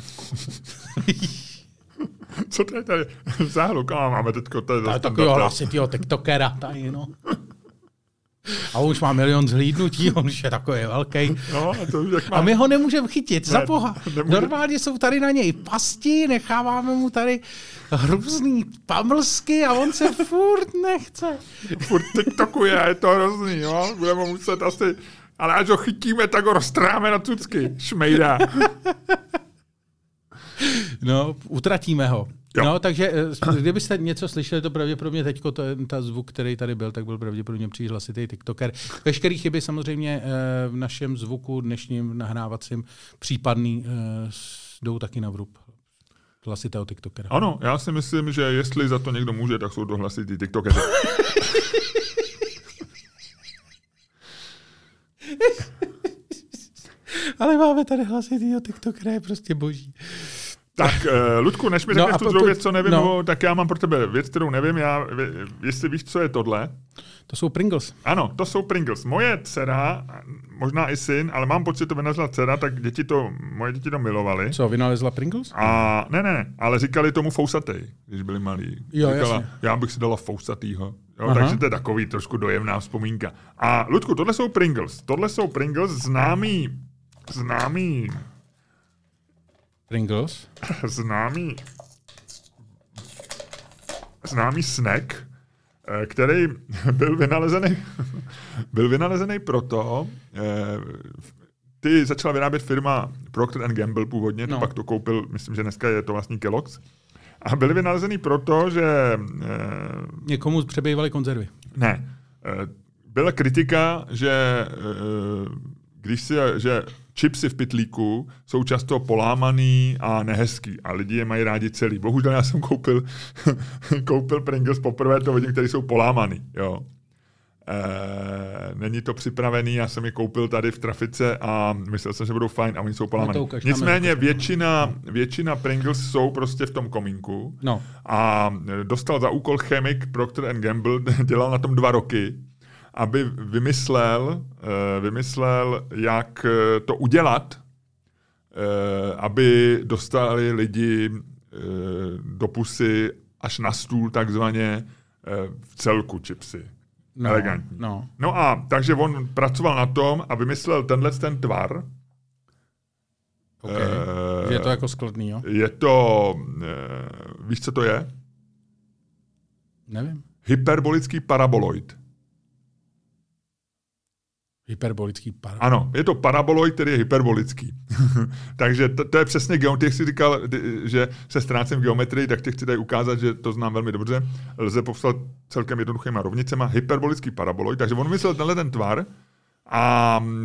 Speaker 2: Co to je tady? Záhluk, a máme teďko... Tady
Speaker 1: tady takového hlasitýho tiktokera tady, no. A on už má milion zhlídnutí, on už je takový velký.
Speaker 2: No, a, to už jak má...
Speaker 1: a my ho nemůžeme chytit, ne, za boha.
Speaker 2: Nemůže...
Speaker 1: Normálně jsou tady na něj pasti, necháváme mu tady hrůzný pamlsky a on se furt nechce.
Speaker 2: Furt tiktokuje a je to hrozný, jo? Budeme muset asi... Ale až ho chytíme, tak ho roztráme na cucky. Šmejda.
Speaker 1: No, utratíme ho.
Speaker 2: Jo.
Speaker 1: No, takže kdybyste něco slyšeli, to pravděpodobně teďko, to, ta zvuk, který tady byl, tak byl pravděpodobně příliš hlasitý tiktoker. Veškerý chyby samozřejmě v našem zvuku dnešním nahrávacím případný jdou taky na vrub hlasitého tiktokera.
Speaker 2: Ano, já si myslím, že jestli za to někdo může, tak jsou to hlasitý tiktokeři.
Speaker 1: Ale máme tady hlasitýho tiktokera, je prostě boží.
Speaker 2: Tak, uh, Ludku, než mi řekneš no tu druhou věc, co nevím,
Speaker 1: no.
Speaker 2: tak já mám pro tebe věc, kterou nevím. Já, jestli víš, co je tohle.
Speaker 1: To jsou Pringles.
Speaker 2: Ano, to jsou Pringles. Moje dcera, možná i syn, ale mám pocit, že to vynalezla dcera, tak děti to, moje děti to milovali.
Speaker 1: Co, vynalezla Pringles?
Speaker 2: A ne, ne, ne, ale říkali tomu fousatej, když byli malí.
Speaker 1: Jo,
Speaker 2: Říkala,
Speaker 1: jasně.
Speaker 2: Já bych si dala fousatýho. Jo, takže to je takový trošku dojemná vzpomínka. A Ludku, tohle jsou Pringles. Tohle jsou Pringles známý, známý
Speaker 1: Pringles?
Speaker 2: Známý známý snack, který byl vynalezený byl vynalezený proto, ty začala vyrábět firma Procter and Gamble původně, no. Pak to koupil, myslím, že dneska je to vlastní Kellogg's. A byly vynalezený proto, že...
Speaker 1: Někomu přebývaly konzervy.
Speaker 2: Ne. Byla kritika, že když si, že chipsy v pytlíku jsou často polámaný a nehezký a lidi je mají rádi celý. Bohužel já jsem koupil, koupil Pringles poprvé, to vidím, který jsou polámaný. Jo. E, není to připravený, já jsem je koupil tady v trafice a myslel jsem, že budou fajn a oni jsou polámaný. No ukaž, nicméně většina, většina Pringles jsou prostě v tom komínku
Speaker 1: no.
Speaker 2: A dostal za úkol chemik Procter and Gamble, dělal na tom dva roky, aby vymyslel, vymyslel, jak to udělat, aby dostali lidi do pusy až na stůl takzvaně v celku chipsy.
Speaker 1: No,
Speaker 2: elegantní.
Speaker 1: No.
Speaker 2: no a takže on pracoval na tom a vymyslel tenhle ten tvar.
Speaker 1: Okay. E, je to jako skladný, jo?
Speaker 2: Je to, víš, co to je?
Speaker 1: Nevím.
Speaker 2: Hyperbolický paraboloid.
Speaker 1: Hyperbolický paraboloid.
Speaker 2: Ano, je to paraboloid, který je hyperbolický. Takže to, to je přesně geometrie, jak jsi říkal, že se ztrácím v geometrii, tak ti chci tady ukázat, že to znám velmi dobře. Lze popsat celkem jednoduchýma rovnicema. Hyperbolický paraboloid, takže on vymyslel tenhle ten tvar a e,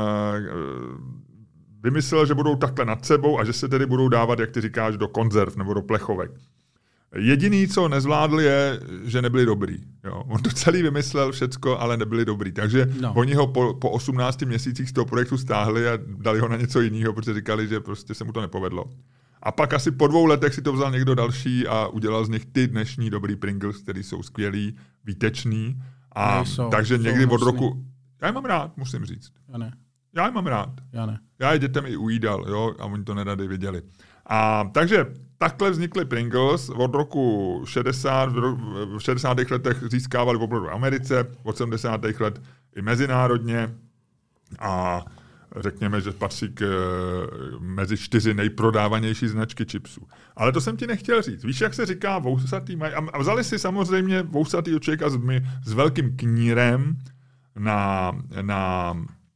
Speaker 2: vymyslel, že budou takhle nad sebou a že se tedy budou dávat, jak ty říkáš, do konzerv nebo do plechovek. Jediný, co nezvládl, je, že nebyli dobrý. Jo. On to celý vymyslel všecko, ale nebyli dobrý. Takže no. Oni ho po, po osmnácti měsících z toho projektu stáhli a dali ho na něco jiného, protože říkali, že prostě se mu to nepovedlo. A pak asi po dvou letech si to vzal někdo další a udělal z nich ty dnešní dobrý Pringles, který jsou skvělý, výtečný. A
Speaker 1: nejsou,
Speaker 2: takže
Speaker 1: jsou
Speaker 2: někdy
Speaker 1: nosný.
Speaker 2: Od roku... Já je mám rád, musím říct.
Speaker 1: Já ne.
Speaker 2: Já je mám rád.
Speaker 1: Já ne.
Speaker 2: Já je dětem i ujídal, jo, a oni to nerady viděli. A takže takhle vznikly Pringles od roku šedesát, v šedesátých letech získávali opravdu v Americe, od sedmdesátých let i mezinárodně a řekněme, že patří k mezi čtyři nejprodávanější značky chipsů. Ale to jsem ti nechtěl říct. Víš, jak se říká vousatý maj... A vzali si samozřejmě vousatýho člověka s, s velkým knírem na, na,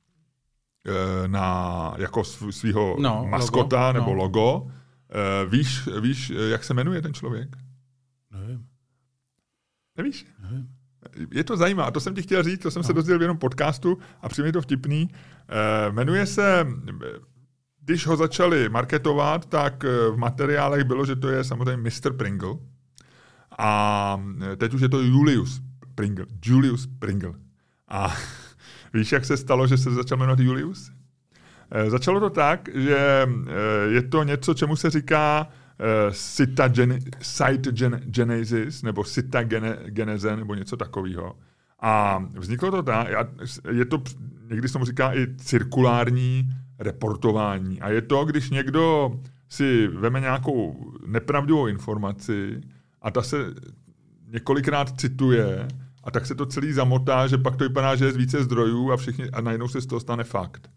Speaker 2: na jako svého
Speaker 1: no,
Speaker 2: maskota
Speaker 1: logo,
Speaker 2: nebo
Speaker 1: no.
Speaker 2: logo. Víš, víš, jak se jmenuje ten člověk?
Speaker 1: Nevím.
Speaker 2: Nevíš?
Speaker 1: Nevím.
Speaker 2: Je to zajímavé. A to jsem ti chtěl říct, to jsem no. se dozvěděl v jednom podcastu a přijde mi to vtipný. E, jmenuje se, když ho začali marketovat, tak v materiálech bylo, že to je samozřejmě mister Pringle. A teď už je to Julius Pringle. Julius Pringle. A víš, jak se stalo, že se začal jmenovat Julius? E, začalo to tak, že je to něco, čemu se říká cytogenesis nebo cytogeneze nebo něco takového. A vzniklo to tak, je to, někdy se tomu říká i cirkulární reportování. A je to, když někdo si veme nějakou nepravdivou informaci a ta se několikrát cituje a tak se to celý zamotá, že pak to vypadá, že je z více zdrojů a, všichni, a najednou se z toho stane fakt.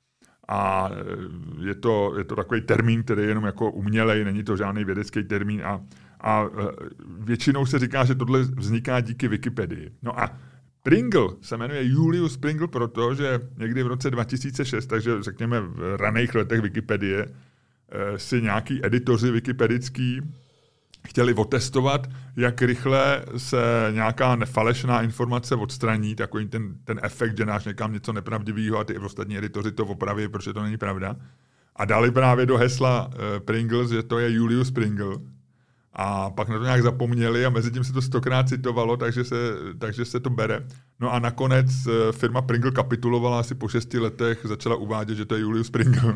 Speaker 2: A je to, je to takový termín, který je jenom jako umělej, není to žádný vědecký termín a, a většinou se říká, že tohle vzniká díky Wikipedii. No a Pringle se jmenuje Julius Pringle proto, že někdy v roce dva tisíce šest, takže řekněme v raných letech Wikipedie, si nějaký editoři wikipedický chtěli otestovat, jak rychle se nějaká falešná informace odstraní, takový ten, ten efekt, že náš někam něco nepravdivého a ty ostatní editoři to opraví, protože to není pravda. A dali právě do hesla uh, Pringles, že to je Julius Pringle. A pak na to nějak zapomněli a mezi tím se to stokrát citovalo, takže se, takže se to bere. No a nakonec uh, firma Pringle kapitulovala asi po šesti letech, začala uvádět, že to je Julius Pringle.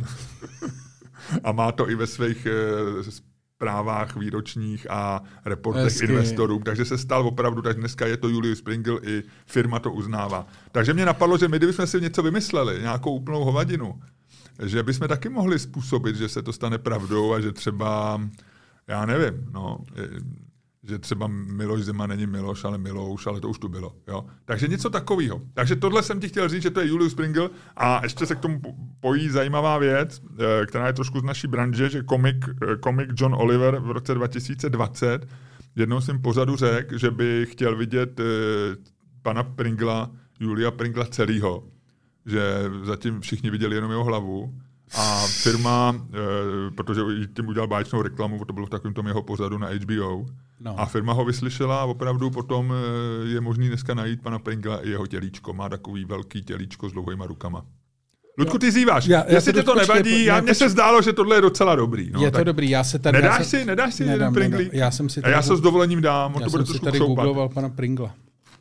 Speaker 2: A má to i ve svých uh, právách výročních a reportech Hezky. investorů, takže se stal opravdu, tak dneska je to Julius Pringle, i firma to uznává. Takže mě napadlo, že my, kdybychom si něco vymysleli, nějakou úplnou hovadinu, že bychom taky mohli způsobit, že se to stane pravdou a že třeba, já nevím, no, že třeba Miloš Zeman není Miloš, ale Milouš, ale to už tu bylo. Jo? Takže něco takového. Takže tohle jsem ti chtěl říct, že to je Julius Pringle a ještě se k tomu pojí zajímavá věc, která je trošku z naší branže, že komik, komik John Oliver v roce dva tisíce dvacet jednou jsem pořadu řekl, že by chtěl vidět pana Pringla, Julia Pringla celýho, že zatím všichni viděli jenom jeho hlavu. A firma, e, protože tím udělal báječnou reklamu, to bylo v takovém tom jeho pořadu na H B O, no. A firma ho vyslyšela a opravdu potom e, je možný dneska najít pana Pringla i jeho tělíčko. Má takový velký tělíčko s dlouhýma rukama. Ludku, ty zýváš. Já, já Jestli ti to nevadí, počkej, já, mně se zdálo, že tohle je docela dobrý. No,
Speaker 1: je to dobrý, já se tady...
Speaker 2: Nedáš
Speaker 1: já
Speaker 2: si, nedáš si
Speaker 1: nedám,
Speaker 2: jeden Pringlík?
Speaker 1: Já jsem si
Speaker 2: a já se s dovolením dám, on
Speaker 1: já
Speaker 2: to bude
Speaker 1: jsem si
Speaker 2: trošku
Speaker 1: tady
Speaker 2: křoupat.
Speaker 1: googloval pana Pringla.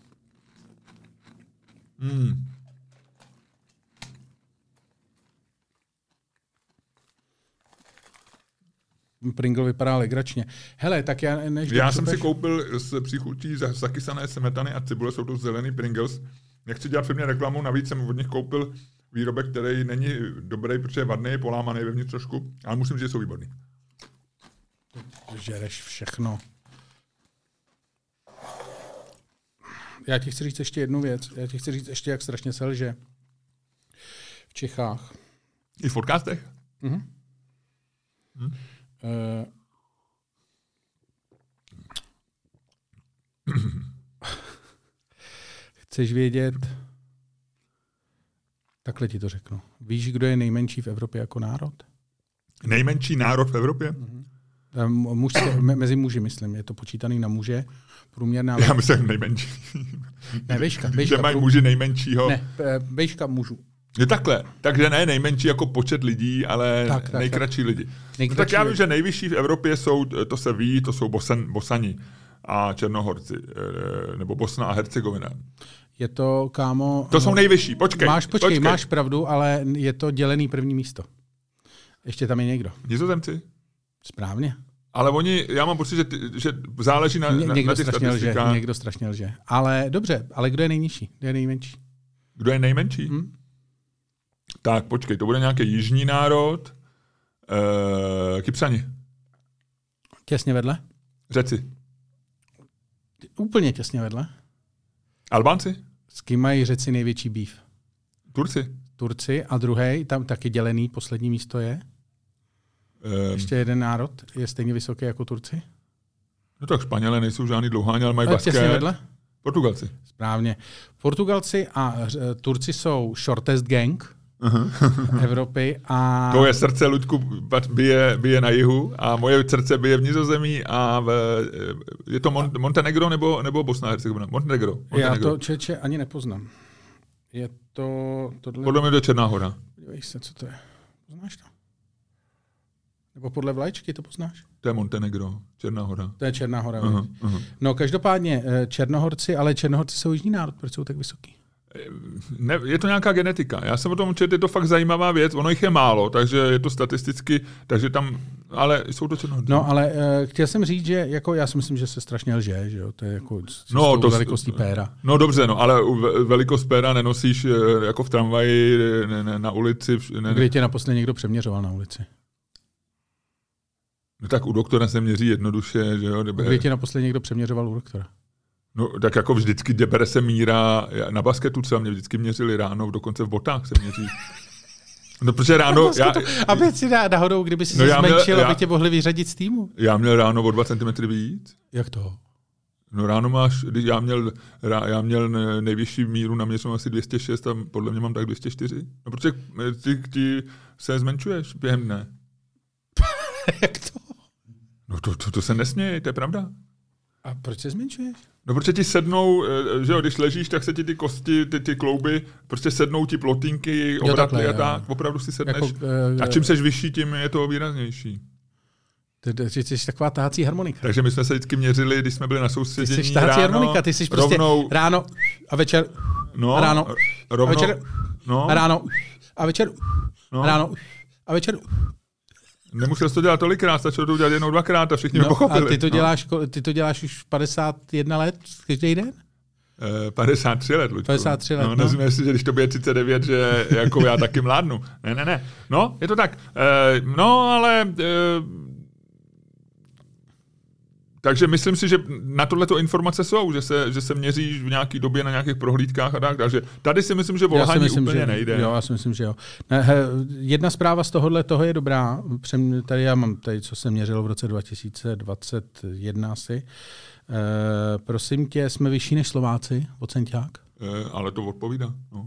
Speaker 2: Hmm.
Speaker 1: Pringle vypadá legračně. Hele, tak já... Než
Speaker 2: já jsem si koupil z příchutí zakysané smetany a cibule, jsou to zelený Pringles. Nechci dělat firmě reklamu, navíc jsem od nich koupil výrobek, který není dobrý, protože je vadný, je polámaný vevnitř trošku, ale musím říct, že jsou výborný.
Speaker 1: Žereš všechno. Já ti chci říct ještě jednu věc. Já ti chci říct ještě, jak strašně se lže. V Čechách.
Speaker 2: I v podcastech?
Speaker 1: Mhm. Hm? Uh, Chceš vědět? Takhle ti to řeknu. Víš, kdo je nejmenší v Evropě jako národ?
Speaker 2: Nejmenší národ v Evropě?
Speaker 1: Uh-huh. Mužské, mezi muži, myslím. Je to počítaný na muže. Průměrná...
Speaker 2: Já myslím nejmenší.
Speaker 1: Ne, vejška. vejška
Speaker 2: že mají prů... muži nejmenšího.
Speaker 1: Ne, vejška mužů.
Speaker 2: Je takhle. Takže ne nejmenší jako počet lidí, ale tak, tak, nejkratší tak. lidi. Nejkratší no, tak já vím, že nejvyšší v Evropě jsou, to se ví, to jsou Bosan, Bosani a Černohorci, nebo Bosna a Hercegovina.
Speaker 1: Je to, kámo...
Speaker 2: To jsou nejvyšší, počkej.
Speaker 1: Máš, počkej,
Speaker 2: počkej.
Speaker 1: máš pravdu, ale je to dělený první místo. Ještě tam je někdo.
Speaker 2: Nizozemci?
Speaker 1: Správně.
Speaker 2: Ale oni, já mám pocit, že, ty, že záleží na, Ně,
Speaker 1: někdo
Speaker 2: na těch
Speaker 1: strašně lže, Někdo strašně lže. Ale dobře, ale kdo je nejnižší? Kdo je nejmenší?
Speaker 2: Kdo je nejmenší? Hmm? Tak, počkej, to bude nějaký jižní národ. Uh, Kypřani.
Speaker 1: Těsně vedle?
Speaker 2: Řeci.
Speaker 1: Úplně těsně vedle.
Speaker 2: Albánci?
Speaker 1: S kým mají Řeci největší býv?
Speaker 2: Turci.
Speaker 1: Turci a druhý, tam taky dělený, poslední místo je? Um, Ještě jeden národ je stejně vysoký jako Turci?
Speaker 2: No tak Španělé nejsou žádný dlouháni, ale mají basket.
Speaker 1: Těsně vedle?
Speaker 2: Portugalci.
Speaker 1: Správně. Portugalci a Turci jsou shortest gang uh-huh. Evropy. A...
Speaker 2: To je srdce, Luďku, bije, bije na jihu a moje srdce bije v Nizozemí a v, je to Mon- Montenegro nebo, nebo Bosna a Hercegovina? Montenegro. Montenegro.
Speaker 1: Já to čeče ani nepoznám. Je to... Tohle...
Speaker 2: Podle mě to je Černá hora.
Speaker 1: Podívej se, co to je. Poznáš to? Nebo podle vlajčky to poznáš?
Speaker 2: To je Montenegro, Černá hora.
Speaker 1: To je Černá hora.
Speaker 2: Uh-huh, uh-huh.
Speaker 1: No každopádně Černohorci, ale Černohorci jsou jižní národ, proč jsou tak vysoký?
Speaker 2: Ne, je to nějaká genetika. Já jsem o tom četl, je to fakt zajímavá věc. Ono jich je málo, takže je to statisticky, takže tam, ale jsou to Černohorci.
Speaker 1: No ale uh, chtěl jsem říct, že jako já si myslím, že se strašně lže, že jo, to je jako
Speaker 2: no, to
Speaker 1: velikostí péra.
Speaker 2: No dobře, no, ale velikost péra nenosíš jako v tramvaji, ne, ne, na ulici. Ne,
Speaker 1: Kdy tě naposledy někdo přeměřoval na ulici?
Speaker 2: No tak u doktora se měří jednoduše, že jo.
Speaker 1: Kdy tě naposledy někdo přeměřoval u doktora?
Speaker 2: No tak jako vždycky, kde bere se míra, na basketu třeba mě vždycky měřili ráno, dokonce v botách se měří. No protože ráno... Já,
Speaker 1: aby si náhodou, kdyby si
Speaker 2: no
Speaker 1: se zmenšil,
Speaker 2: já,
Speaker 1: aby tě mohli vyřadit z týmu.
Speaker 2: Já měl ráno o dva centimetry víc.
Speaker 1: Jak to?
Speaker 2: No ráno máš, když já měl, já měl nejvyšší míru naměřenou asi dvě stě šest a podle mě mám tak dvě stě čtyři. No protože ty, ty se zmenšuješ během dne.
Speaker 1: Jak to?
Speaker 2: No to, to, to se nesměje, to je pravda.
Speaker 1: A proč se zmenšuješ?
Speaker 2: No protože ti sednou, že jo, když ležíš, tak se ti ty kosti, ty, ty klouby, prostě sednou ti plotínky, obratly a tak, opravdu si sedneš. Jako, uh, a čím seš vyšší, tím je to výraznější.
Speaker 1: Ty jsi taková tahací harmonika.
Speaker 2: Takže my jsme se vždycky měřili, když jsme byli na soustředění.
Speaker 1: Ty jsi tahací harmonika, ty jsi prostě rovnou, ráno a večer
Speaker 2: no,
Speaker 1: a ráno
Speaker 2: rovnou,
Speaker 1: a večer
Speaker 2: no,
Speaker 1: a ráno a večer no, a ráno a večer.
Speaker 2: Nemusel jsi to dělat tolikrát, stačilo to udělat jednou, dvakrát a všichni
Speaker 1: no,
Speaker 2: to pochopili.
Speaker 1: A ty to, děláš, no. ty to děláš už padesát jedna let každý den?
Speaker 2: E, padesát tři let, Luďku.
Speaker 1: padesát tři let,
Speaker 2: no. no. Nezmíš si, že když to bude třicet devět, že jako já taky mládnu. Ne, ne, ne. No, je to tak. E, no, ale... E, takže myslím si, že na tohleto informace jsou, že se, že se měříš v nějaké době na nějakých prohlídkách a tak. Takže tady si myslím, že volhání úplně
Speaker 1: že,
Speaker 2: nejde.
Speaker 1: Jo, já si myslím, že jo. Ne, he, jedna zpráva z tohohle toho je dobrá. Přem, tady já mám tady, co jsem měřil v roce dva tisíce dvacet jedna asi. E, prosím tě, jsme vyšší než Slováci o centiák?
Speaker 2: E, ale to odpovídá. No.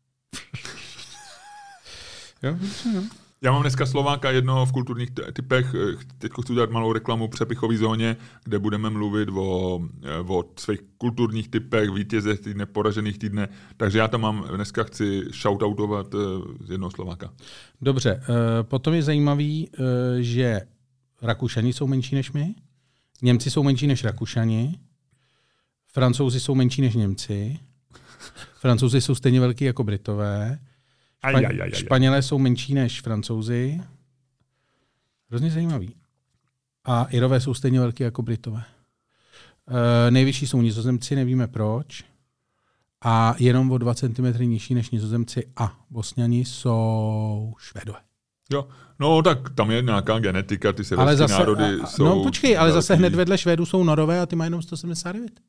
Speaker 1: jo, jo.
Speaker 2: Já mám dneska Slováka jednoho v kulturních typech, teď chci udělat malou reklamu Přepichové zóně, kde budeme mluvit o, o svých kulturních typech, vítězech týdne, poražených týdne, takže já tam mám, dneska chci shoutoutovat z jednoho Slováka.
Speaker 1: Dobře, potom je zajímavý, že Rakušani jsou menší než my, Němci jsou menší než Rakušani, Francouzi jsou menší než Němci, Francouzi jsou stejně velký jako Britové, Špa- aj, aj, aj, aj. Španělé jsou menší než Francouzi. Hrozně zajímavý. A Irové jsou stejně velký jako Britové. E, nejvyšší jsou Nizozemci, nevíme proč. A jenom o dva centimetry nižší než Nizozemci a Bosňani jsou Švédové.
Speaker 2: Jo, no tak tam je nějaká genetika, ty severské národy a, a, jsou...
Speaker 1: No počkej, ale velký. Zase hned vedle Švédů jsou Norové a ty mají jenom sto sedmdesát devět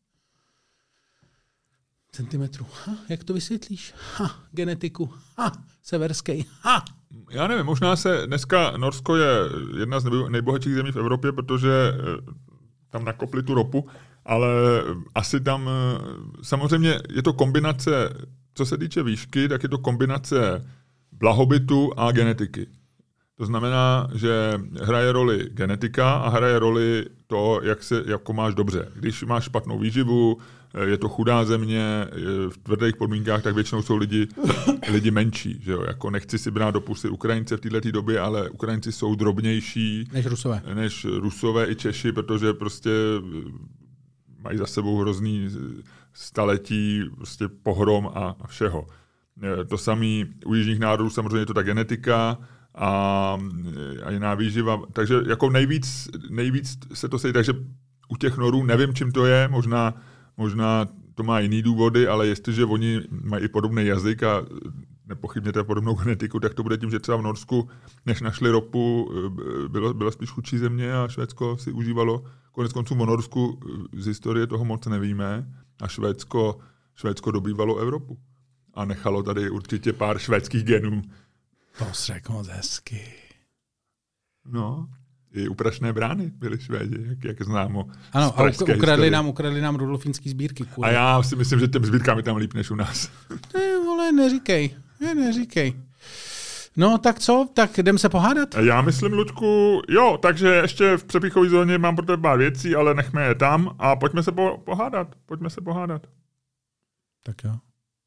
Speaker 1: centimetrů. Ha, jak to vysvětlíš? Ha, genetiku. Ha, severský. Ha.
Speaker 2: Já nevím, možná se dneska Norsko je jedna z nejbohatších zemí v Evropě, protože tam nakopli tu ropu, ale asi tam samozřejmě je to kombinace, co se týče výšky, tak je to kombinace blahobytu a genetiky. To znamená, že hraje roli genetika a hraje roli to, jak se, jako máš dobře. Když máš špatnou výživu, je to chudá země, v tvrdých podmínkách, tak většinou jsou lidi, lidi menší. Že jo? Jako nechci si brát do pusy Ukrajince v této době, ale Ukrajinci jsou drobnější
Speaker 1: než Rusové.
Speaker 2: než Rusové i Češi, protože prostě mají za sebou hrozný staletí prostě pohrom a, a všeho. To samé u jižních národů samozřejmě je to ta genetika, A, a jiná výživa. Takže jako nejvíc, nejvíc se to sejde, takže u těch Norů nevím, čím to je, možná, možná to má jiný důvody, ale jestliže oni mají i podobný jazyk a nepochybně to je podobnou genetiku, tak to bude tím, že třeba v Norsku, než našli ropu, bylo, byla spíš chudší země a Švédsko si užívalo. Konec konců o Norsku z historie toho moc nevíme a Švédsko, Švédsko dobývalo Evropu. A nechalo tady určitě pár švédských genů.
Speaker 1: To jsi řekl moc hezky.
Speaker 2: No, i u Prašné brány byli Švédi, jak, jak známo.
Speaker 1: Ano, a ukradli nám, ukradli nám rudolfínský sbírky. Kvůli.
Speaker 2: A já si myslím, že těm sbírkám je tam líp než u nás.
Speaker 1: Ne, vole, neříkej. Ne, neříkej. No, tak co? Tak jdem se pohádat?
Speaker 2: Já myslím, Luďku, jo, takže ještě v přepíchové zóně mám pro tebe pár věcí, ale nechme je tam a pojďme se po, pohádat. Pojďme se pohádat.
Speaker 1: Tak jo.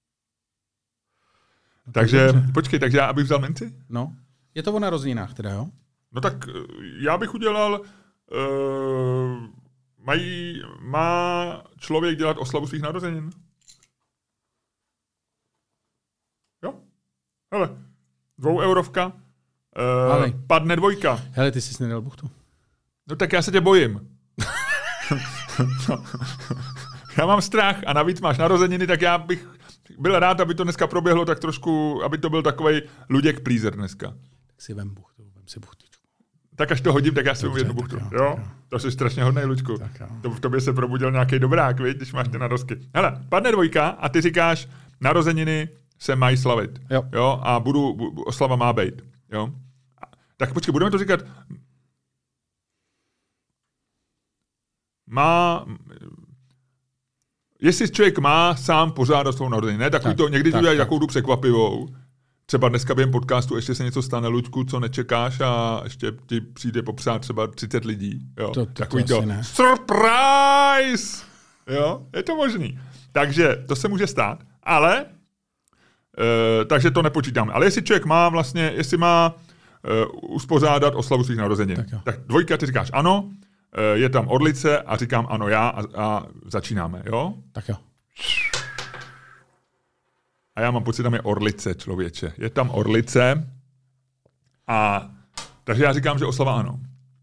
Speaker 2: No, takže, dobře. Počkej, takže já abych vzal minci?
Speaker 1: No, je to o narozeninách teda, jo?
Speaker 2: No tak já bych udělal, uh, mají, má člověk dělat oslavu svých narozenin? Jo? Hele, dvou eurovka, uh, padne dvojka.
Speaker 1: Hele, ty jsi nedal buchtu.
Speaker 2: No tak já se tě bojím. Já mám strach a navíc máš narozeniny, tak já bych byl rád, aby to dneska proběhlo tak trošku, aby to byl takovej Luděk pleaser dneska.
Speaker 1: Tak si vem buchtu, vem si buchtičku.
Speaker 2: Tak až to hodím, tak já si vem jednu buchtu. Jo, jo? jo? To jsi strašně hodnej, Luďku. To v tobě se probudil nějaký dobrák, viď, když máš ty narozky. Hele, padne dvojka a ty říkáš, narozeniny se mají slavit. Jo. Jo? A budu, bu, oslava má být. Jo? Tak počkej, budeme to říkat... Má... Jestli člověk má sám pořádat svou narozeniny, ne? Takový tak, to, někdy tak, dělají takovou tu překvapivou. Třeba dneska během podcastu ještě se něco stane, Luďku, co nečekáš a ještě ti přijde popřát třeba třicet lidí. Jo?
Speaker 1: To, to,
Speaker 2: Takový
Speaker 1: to,
Speaker 2: to surprise! Jo? Je to možný. Takže to se může stát, ale e, takže to nepočítáme. Ale jestli člověk má vlastně, jestli má e, uspořádat oslavu svých narozenin, tak, tak dvojka, ty říkáš ano, e, je tam orlice a říkám ano já a, a začínáme, jo?
Speaker 1: Tak jo.
Speaker 2: A já mám pocit, tam je orlice, člověče. Je tam orlice a takže já říkám, že oslava ano.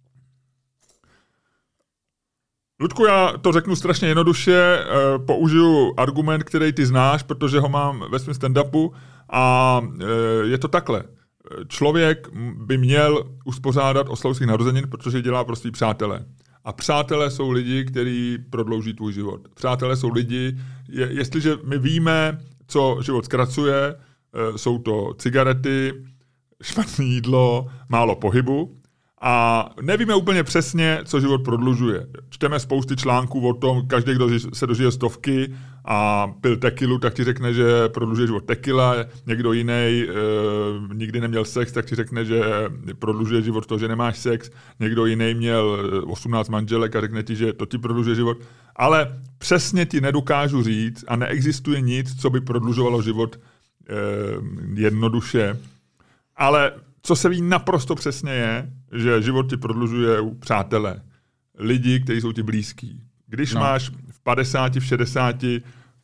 Speaker 2: Ludku, já to řeknu strašně jednoduše, e, použiju argument, který ty znáš, protože ho mám ve svém stand-upu a e, je to takhle. Člověk by měl uspořádat oslavu svých narozenin, protože dělá pro svý přátele. A přátelé jsou lidi, kteří prodlouží tvůj život. Přátelé jsou lidi, je, jestliže my víme, co život zkracuje, e, jsou to cigarety, špatné jídlo, málo pohybu, a nevíme úplně přesně, co život prodlužuje. Čteme spousty článků o tom, každý, kdo se dožije stovky a pil tekilu, tak ti řekne, že prodlužuje život tekila. Někdo jiný e, nikdy neměl sex, tak ti řekne, že prodlužuje život to, že nemáš sex. Někdo jiný měl osmnáct manželek a řekne ti, že to ti prodlužuje život. Ale přesně ti nedokážu říct a neexistuje nic, co by prodlužovalo život e, jednoduše. Ale co se ví naprosto přesně je, že život ti prodlužuje u přátelé. Lidi, kteří jsou ti blízký. Když no. máš v padesáti, v šedesáti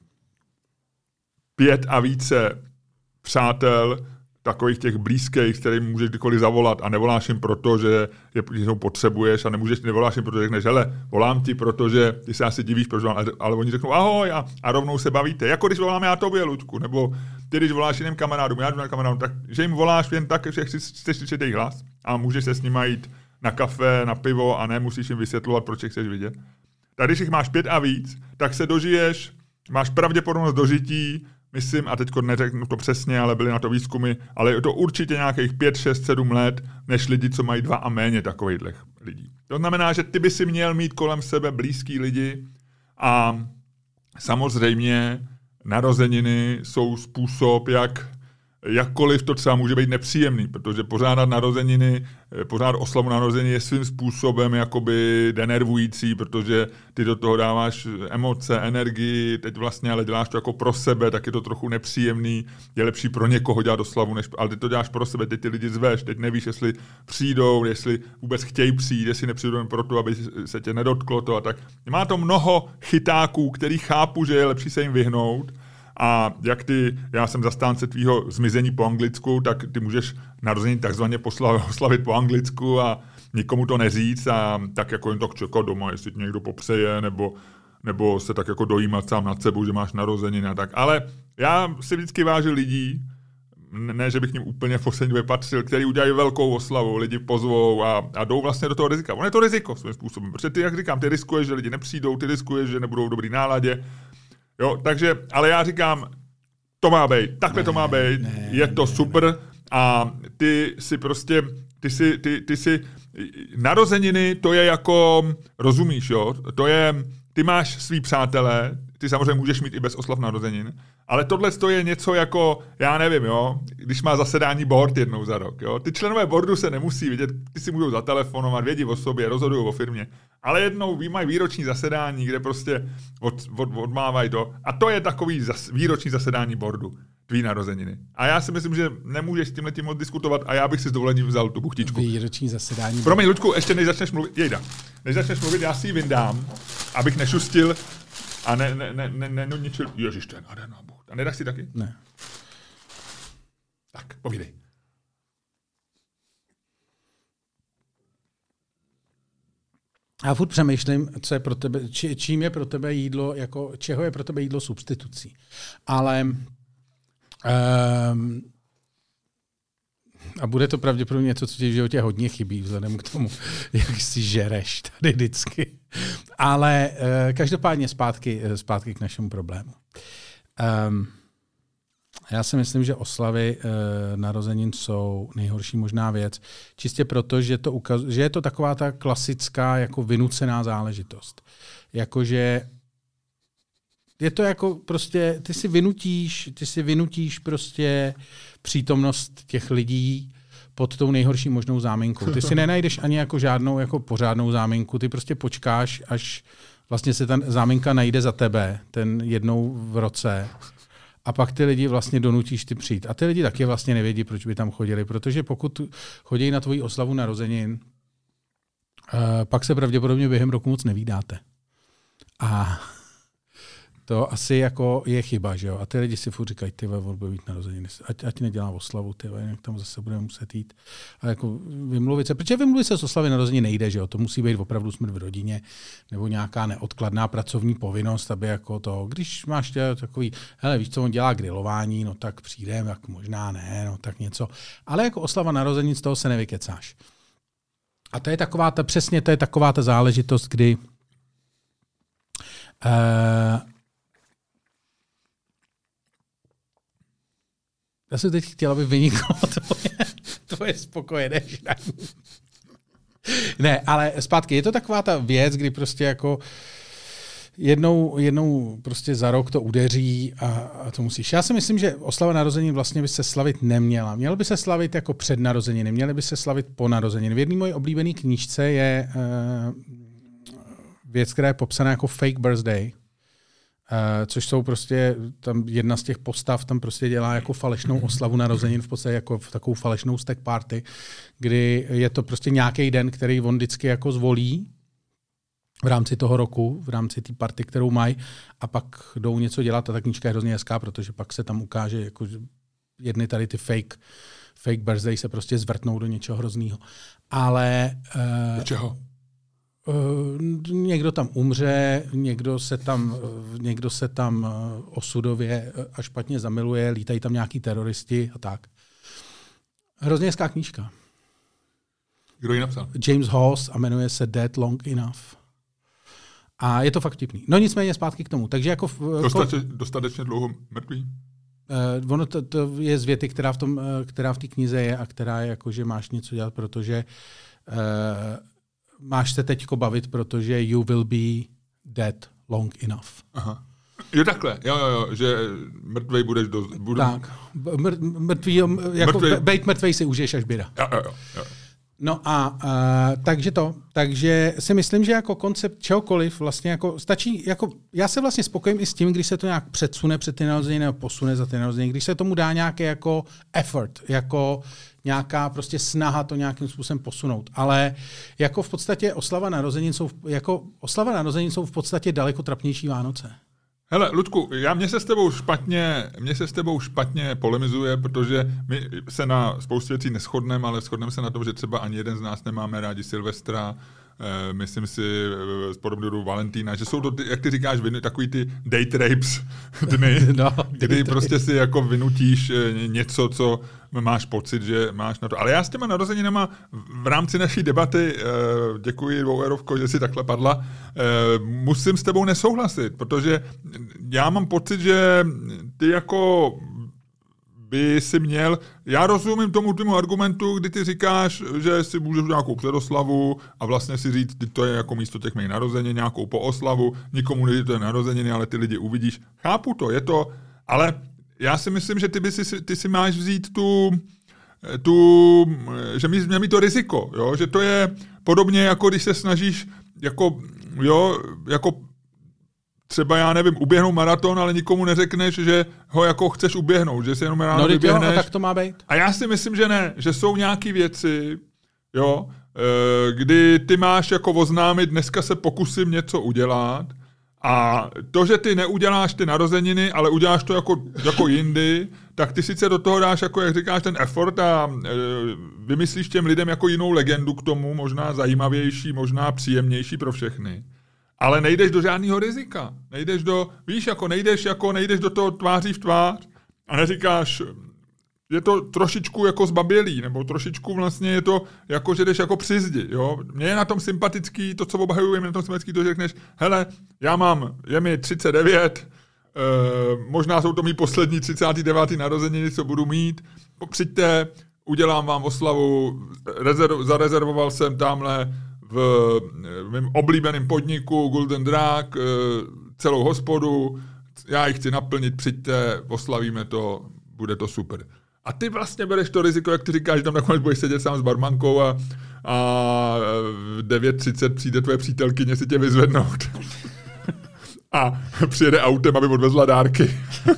Speaker 2: pět a více přátel, takových těch blízkých, s kterým můžeš kdykoliv zavolat a nevoláš jim proto, že je že potřebuješ a nemůžeš, nevoláš jim proto, že řekneš, hele, volám ti, protože ty se asi divíš, proč ale, ale oni řeknou ahoj a, a rovnou se bavíte. Jako když volám já tobě, Luďku, nebo ty, když voláš jiným kamarádům, já jdu na kamarádům, tak že jim voláš jen tak, že chceš slyšet jejich hlas a můžeš se s nimi jít na kafe, na pivo a nemusíš jim vysvětlovat, proč je chceš vidět. Tak když jich máš pět a víc, tak se dožiješ, máš pravděpodobnost dožití, myslím, a teďko neřeknu to přesně, ale byly na to výzkumy, ale je to určitě nějakých pět, šest, sedm let, než lidi, co mají dva a méně takovýchhle lidí. To znamená, že ty by si měl mít kolem sebe blízký lidi a samozřejmě narozeniny jsou způsob, jak jakkoliv to třeba může být nepříjemný, protože pořádat narozeniny, pořádat oslavu narozeniny je svým způsobem jakoby denervující, protože ty do toho dáváš emoce, energii, teď vlastně ale děláš to jako pro sebe, tak je to trochu nepříjemný, je lepší pro někoho dělat oslavu, než, ale ty to děláš pro sebe, teď ty lidi zveš, teď nevíš, jestli přijdou, jestli vůbec chtějí přijít, jestli nepřijdou jen proto, aby se tě nedotklo to a tak. Má to mnoho chytáků, který chápu, že je lepší se jim vyhnout. A jak ty, já jsem zastánce tvýho zmizení po anglicku, tak ty můžeš narozeniny takzvaně oslavit po anglicku a nikomu to neříct a tak jako jen tak čekat doma, jestli ti někdo popřeje, nebo, nebo se tak jako dojímat sám nad sebou, že máš narozeniny a tak. Ale já si vždycky vážil lidí, ne, že bych k ním úplně v poslední době patřil, který udělají velkou oslavu, lidi pozvou a, a jdou vlastně do toho rizika. On je to riziko svým způsobem, protože ty, jak říkám, ty riskuješ, že lidi nepřijdou, ty riskuješ, že nebudou v dobrý náladě. Jo, takže, ale já říkám, to má být, takhle ne, to má být, ne, je to ne, super ne. A ty si prostě, ty si, ty, ty si, narozeniny, to je jako, rozumíš, jo, to je, ty máš svý přátelé, ty samozřejmě můžeš mít i bez oslav narozenin, ale tohle to je něco jako, já nevím, jo, když má zasedání board jednou za rok, jo, ty členové boardu se nemusí vidět, ty si můžou zatelefonovat, vědí o sobě, rozhodují o firmě, ale jednou mají výroční zasedání, kde prostě od, od, odmávají to a to je takový zas, výroční zasedání boardu, tvý narozeniny. A já si myslím, že nemůžeš s tímhletím moc diskutovat a já bych si s dovolením vzal tu buchtičku.
Speaker 1: Výroční zasedání.
Speaker 2: Promiň, Luďku, ještě než začneš mluvit, jejda, než začneš mluvit, já si ji vyndám, abych nešustil a ne, ne, ne, ne, ne, ničil. Ježiš, to je nádherná buchta. A nedáš si taky?
Speaker 1: Ne.
Speaker 2: Tak, povídej.
Speaker 1: Já furt přemýšlím, co je pro tebe, či, čím je pro tebe jídlo, jako, čeho je pro tebe jídlo substitucí. Ale um, a bude to pravděpodobně něco, co ti v životě hodně chybí, vzhledem k tomu, jak si žereš tady vždycky. Ale uh, každopádně zpátky, zpátky k našemu problému. Um, já si myslím, že oslavy uh, narozenin jsou nejhorší možná věc, čistě proto, že, to ukaz- že je to taková ta klasická jako vynucená záležitost. Jakože je to jako prostě, ty si vynutíš, ty si vynutíš prostě přítomnost těch lidí pod tou nejhorší možnou záminkou. Ty si nenajdeš ani jako žádnou jako pořádnou záminku, ty prostě počkáš, až vlastně se ta záminka najde za tebe, ten jednou v roce. A pak ty lidi vlastně donutíš ty přijít. A ty lidi taky vlastně nevědí, proč by tam chodili, protože pokud chodí na tvoji oslavu narozenin, uh, pak se pravděpodobně během roku moc nevídáte. A to asi jako je chyba, že jo? A ty lidi si furt říkají, ty on bude mít narozeniny, ať, ať nedělá oslavu, ty jak tam zase budeme muset jít. A jako vymluvit se, protože vymluvit se z oslavy narozenin nejde, že jo? To musí být opravdu smrt v rodině, nebo nějaká neodkladná pracovní povinnost, aby jako to, když máš takový, hele, víš, co on dělá grilování, no tak přijdem, jak možná ne, no tak něco. Ale jako oslava narozenin, z toho se nevykecáš. A to je taková ta, přesně to je taková ta záležitost, kdy uh, já jsem teď chtěl, aby vyniklo tvoje, tvoje spokojené žrání. Ne, ale zpátky, je to taková ta věc, kdy prostě jako jednou, jednou prostě za rok to udeří a, a to musíš. Já si myslím, že oslava narozenin vlastně by se slavit neměla. Měla by se slavit jako před narozeniny, měly by se slavit po narozeniny. V jedné mojí oblíbené knížce je uh, věc, která je popsaná jako fake birthday. Uh, což jsou prostě, tam jedna z těch postav tam prostě dělá jako falešnou oslavu narozenin, v podstatě jako v takovou falešnou stack party, kdy je to prostě nějaký den, který on vždycky jako zvolí v rámci toho roku, v rámci té party, kterou mají, a pak jdou něco dělat a ta knížka je hrozně hezká, protože pak se tam ukáže, jako jedny tady ty fake, fake birthday se prostě zvrtnou do něčeho hroznýho. Ale uh,
Speaker 2: do čeho?
Speaker 1: Uh, někdo tam umře, někdo se tam, uh, někdo se tam uh, osudově uh, a špatně zamiluje, lítají tam nějaký teroristi a tak. Hrozně hezká knížka.
Speaker 2: Kdo ji napsal?
Speaker 1: James Hawes a jmenuje se Dead Long Enough. A je to fakt vtipný. No nicméně zpátky k tomu. Takže jako,
Speaker 2: Dostate, dostatečně dlouho mrtvý?
Speaker 1: Uh, ono to, to je z věty, která v tom, uh, která v té knize je a která je jako, že máš něco dělat, protože uh, máš se teďko bavit, protože you will be dead long enough.
Speaker 2: Aha. Jo takhle, jo, jo, jo, že mrtvej budeš do... Budu...
Speaker 1: Tak, mr, mrtvý, jako mrtvej. Bejt mrtvej si užiješ až běda.
Speaker 2: Jo, jo, jo.
Speaker 1: No a uh, takže to, takže si myslím, že jako koncept čehokoliv vlastně jako stačí, jako já se vlastně spokojím i s tím, když se to nějak předsune před ty narozeniny nebo posune za ty narozeniny, když se tomu dá nějaký jako effort, jako nějaká prostě snaha to nějakým způsobem posunout. Ale jako v podstatě oslava narozenin jsou, jako oslava narozenin jsou v podstatě daleko trapnější Vánoce.
Speaker 2: Hele, Ludku, já mě se s tebou špatně, mě se s tebou špatně polemizuje, protože my se na spoustě věcí neshodneme, ale shodneme se na tom, že třeba ani jeden z nás nemáme rádi Silvestra e, myslím si, z podobného důvodu Valentína, že jsou to, ty, jak ty říkáš, vinu, takový ty date rapes dny, no, kdy date prostě si jako vynutíš něco, co máš pocit, že máš na to. Ale já s těma narozeninama v rámci naší debaty, děkuji dvoueurovko, že si takhle padla, musím s tebou nesouhlasit, protože já mám pocit, že ty jako by si měl, já rozumím tomu tvému argumentu, kdy ty říkáš, že si můžeš nějakou předoslavu a vlastně si říct, ty to je jako místo těch mých narozenin, nějakou pooslavu, nikomu nejde to je narozeniny, ale ty lidi uvidíš. Chápu to, je to, ale já si myslím, že ty, by si, ty si máš vzít tu, tu že měl mít to riziko, jo? Že to je podobně, jako když se snažíš jako, jo, jako třeba, já nevím, uběhnout maraton, ale nikomu neřekneš, že ho jako chceš uběhnout, že si jenom ráno
Speaker 1: no,
Speaker 2: vyběhneš.
Speaker 1: No, tak to má být.
Speaker 2: A já si myslím, že ne, že jsou nějaký věci, jo, kdy ty máš jako oznámit, dneska se pokusím něco udělat a to, že ty neuděláš ty narozeniny, ale uděláš to jako, jako jindy, tak ty sice do toho dáš, jako jak říkáš, ten effort a vymyslíš těm lidem jako jinou legendu k tomu, možná zajímavější, možná příjemnější pro všechny. Ale nejdeš do žádného rizika. Nejdeš do, víš, jako nejdeš, jako nejdeš do toho tváří v tvář a neříkáš, je to trošičku jako zbabělý, nebo trošičku vlastně je to jako, že jdeš jako při zdi, jo. Mně je na tom sympatický, to, co obhajuji, mě na tom sympatický, to, že řekneš, hele, já mám, je mi třicet devět, eh, možná jsou to mý poslední třicáté deváté narozeniny, co budu mít, přijďte, udělám vám oslavu, rezerv, zarezervoval jsem tamhle v mém oblíbeném podniku Golden Drak, celou hospodu, já ji chci naplnit, přijďte, oslavíme to, bude to super. A ty vlastně bereš to riziko, jak ty říkáš, že tam nakonec budeš sedět sám s barmankou a, a v devět třicet přijde tvoje přítelkyně si tě vyzvednout. A přijede autem, aby odvezla dárky.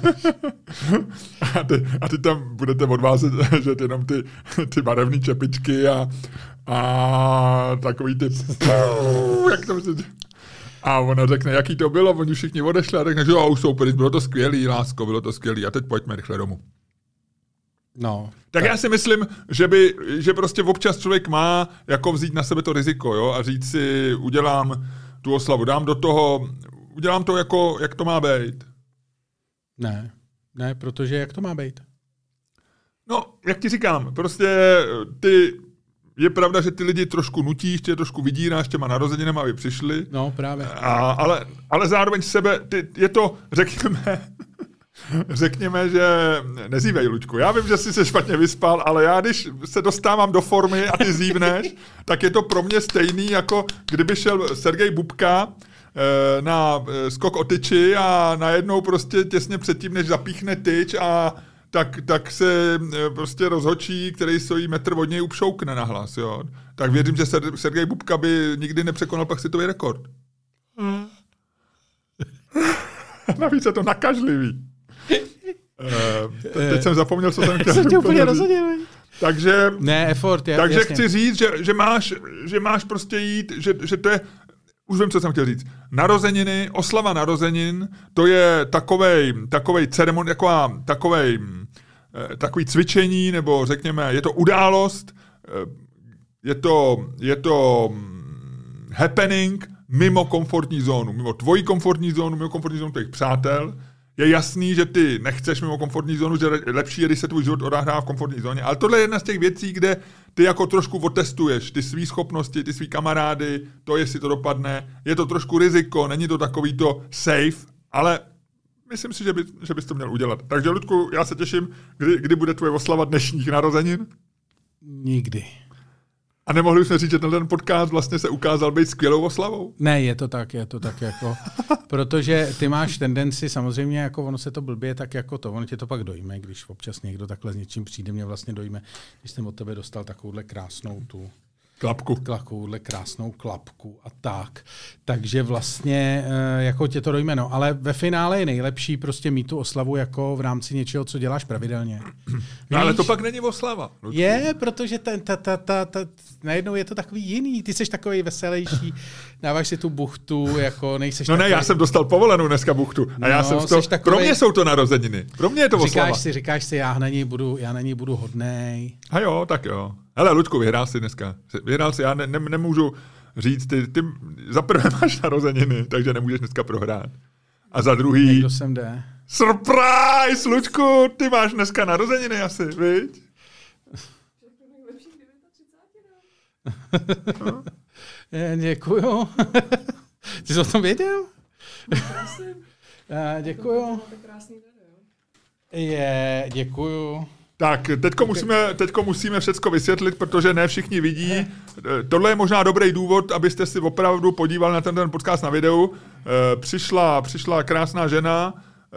Speaker 2: a, ty, a ty tam budete odvázet, že ty jenom ty, ty barevné čepičky a, a takový ty jak to myslíte? A ona řekne, jaký to bylo, oni všichni odešli a řekne, že jo, super, bylo to skvělý, lásko, bylo to skvělý a teď pojďme rychle domů.
Speaker 1: No,
Speaker 2: tak, tak já si myslím, že by, že prostě občas člověk má jako vzít na sebe to riziko, jo, a říct si, udělám tu oslavu, dám do toho, udělám to jako, jak to má být.
Speaker 1: Ne, ne, protože jak to má být?
Speaker 2: No, jak ti říkám, prostě ty, je pravda, že ty lidi trošku nutíš, tě trošku vydíráš těma narozeninama, aby přišli.
Speaker 1: No, právě.
Speaker 2: A, ale, ale zároveň sebe, ty, je to, řekněme, řekněme, že nezívej, Luďku. Já vím, že jsi se špatně vyspal, ale já, když se dostávám do formy a ty zívneš, tak je to pro mě stejný, jako kdyby šel Sergej Bubka na skok o tyči a najednou prostě těsně předtím, než zapíchne tyč a tak, tak se prostě rozhočí, který stojí metr od něj, upšoukne na hlas, jo. Tak věřím, že Sergej Bubka by nikdy nepřekonal pak světový rekord. Hmm. Navíc je to nakažlivý. Uh, teď jsem zapomněl, co jsem chtěl.
Speaker 1: Jsem tě úplně rozhodil.
Speaker 2: Takže,
Speaker 1: ne, effort, je,
Speaker 2: takže
Speaker 1: jasně.
Speaker 2: chci říct, že, že, máš, že máš prostě jít, že, že to je, už vím, co jsem chtěl říct. Narozeniny, oslava narozenin, to je takovej, takovej ceremon, taková, takovej, takový cvičení, nebo řekněme, je to událost, je to, je to happening mimo komfortní zónu, mimo tvoji komfortní zónu, mimo komfortní zónu tvých přátel. Je jasný, že ty nechceš mimo komfortní zónu, že lepší je, když se tvůj život odehrává v komfortní zóně, ale tohle je jedna z těch věcí, kde ty jako trošku otestuješ ty svý schopnosti, ty svý kamarády, to, jestli to dopadne. Je to trošku riziko, není to takový to safe, ale myslím si, že, by, že bys to měl udělat. Takže, Ludku, já se těším, kdy, kdy bude tvoje oslava dnešních narozenin?
Speaker 1: Nikdy.
Speaker 2: A nemohli jsme říct, že ten podcast vlastně se ukázal být skvělou oslavou?
Speaker 1: Ne, je to tak, je to tak jako, protože ty máš tendenci, samozřejmě jako ono se to blbě tak jako to, ono tě to pak dojme, když občas někdo takhle s něčím přijde, mě vlastně dojme, když jsem od tebe dostal takovouhle krásnou tu
Speaker 2: klapku.
Speaker 1: Takovouhle krásnou klapku a tak. Takže vlastně jako tě to dojme, no, ale ve finále je nejlepší prostě mít tu oslavu jako v rámci něčeho, co děláš pravidelně.
Speaker 2: No, ale to pak není oslava. Ludku.
Speaker 1: Je, protože ten, ta, ta, ta, ta, najednou je to takový jiný. Ty jsi takový veselější, dáváš si tu buchtu, jako nejseš
Speaker 2: No
Speaker 1: takový...
Speaker 2: ne, já jsem dostal povolenou dneska buchtu. A já
Speaker 1: no,
Speaker 2: jsem to...
Speaker 1: takovej... Pro
Speaker 2: mě jsou to narozeniny. Pro mě je to oslava.
Speaker 1: Říkáš si, říkáš si, já na ní budu, já na ní budu hodnej.
Speaker 2: A jo, tak jo. Hele, Luďku, vyhrál si dneska. Vyhrál si, já ne, ne, nemůžu, říct, ty, ty za prvé máš narozeniny, takže nemůžeš dneska prohrát. A za druhý...
Speaker 1: Někdo sem jde.
Speaker 2: Surprise, Luďku, ty máš dneska narozeniny asi, viď?
Speaker 1: No. Děkuju. Ty jsi o tom věděl? Děkuju. Je, děkuju.
Speaker 2: Tak, teďko musíme, teďko musíme všecko vysvětlit, protože ne všichni vidí. Tohle je možná dobrý důvod, abyste si opravdu podívali na ten, ten podcast na videu. Přišla, přišla krásná žena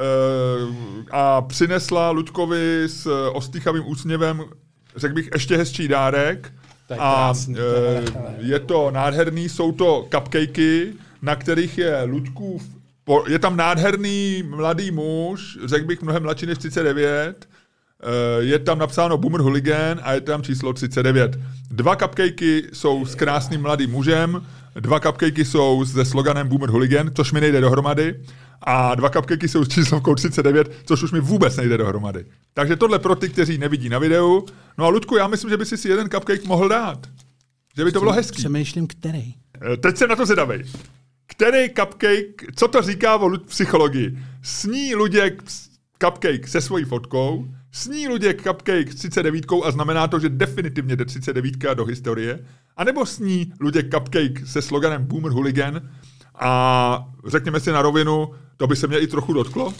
Speaker 2: a přinesla Luďkovi s ostýchavým úsměvem, řekl bych, ještě hezčí dárek. A je to nádherný, jsou to cupcakey, na kterých je Luďkův, je tam nádherný mladý muž, řekl bych mnohem mladší než třicet devět, je tam napsáno Boomer Hooligan a je tam číslo třicet devět. Dva cupcakey jsou s krásným mladým mužem, dva cupcakey jsou se sloganem Boomer Hooligan, což mi nejde dohromady, a dva cupcakey jsou s číslovkou třicet devět, což už mi vůbec nejde dohromady. Takže tohle pro ty, kteří nevidí na videu. No a Luďku, já myslím, že by si si jeden cupcake mohl dát. Že by to bylo hezký.
Speaker 1: Přemýšlím, který.
Speaker 2: Teď jsem na to zvědavej. Který cupcake, co to říká o psychologii? Sní Luděk cupcake se svojí fotkou, sní Luděk cupcake s třicet devět a znamená to, že definitivně jde třicet devět do historie, anebo sní Luděk cupcake se sloganem Boomer Hooligan a řekněme si na rovinu, to by se mě i trochu dotklo.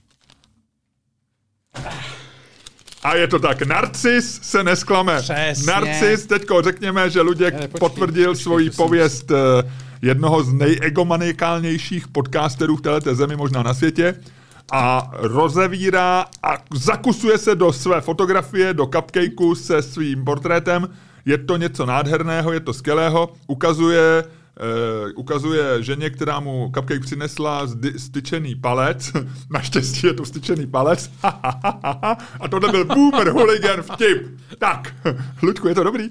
Speaker 2: A je to tak, narcis se nesklame.
Speaker 1: Přesně.
Speaker 2: Narcis, teďko řekněme, že Luděk ne, počkej, potvrdil počkej, svoji počkej, pověst jednoho z nejegomaniakálnějších podcasterů v této zemi, možná na světě, a rozevírá a zakusuje se do své fotografie, do cupcakeu se svým portrétem. Je to něco nádherného, je to skvělého, ukazuje... Uh, ukazuje ženě, která mu cupcake přinesla zdy, styčený palec. Naštěstí je to styčený palec. A tohle byl Boomer Hooligan vtip. Tak, Luďku, je to dobrý?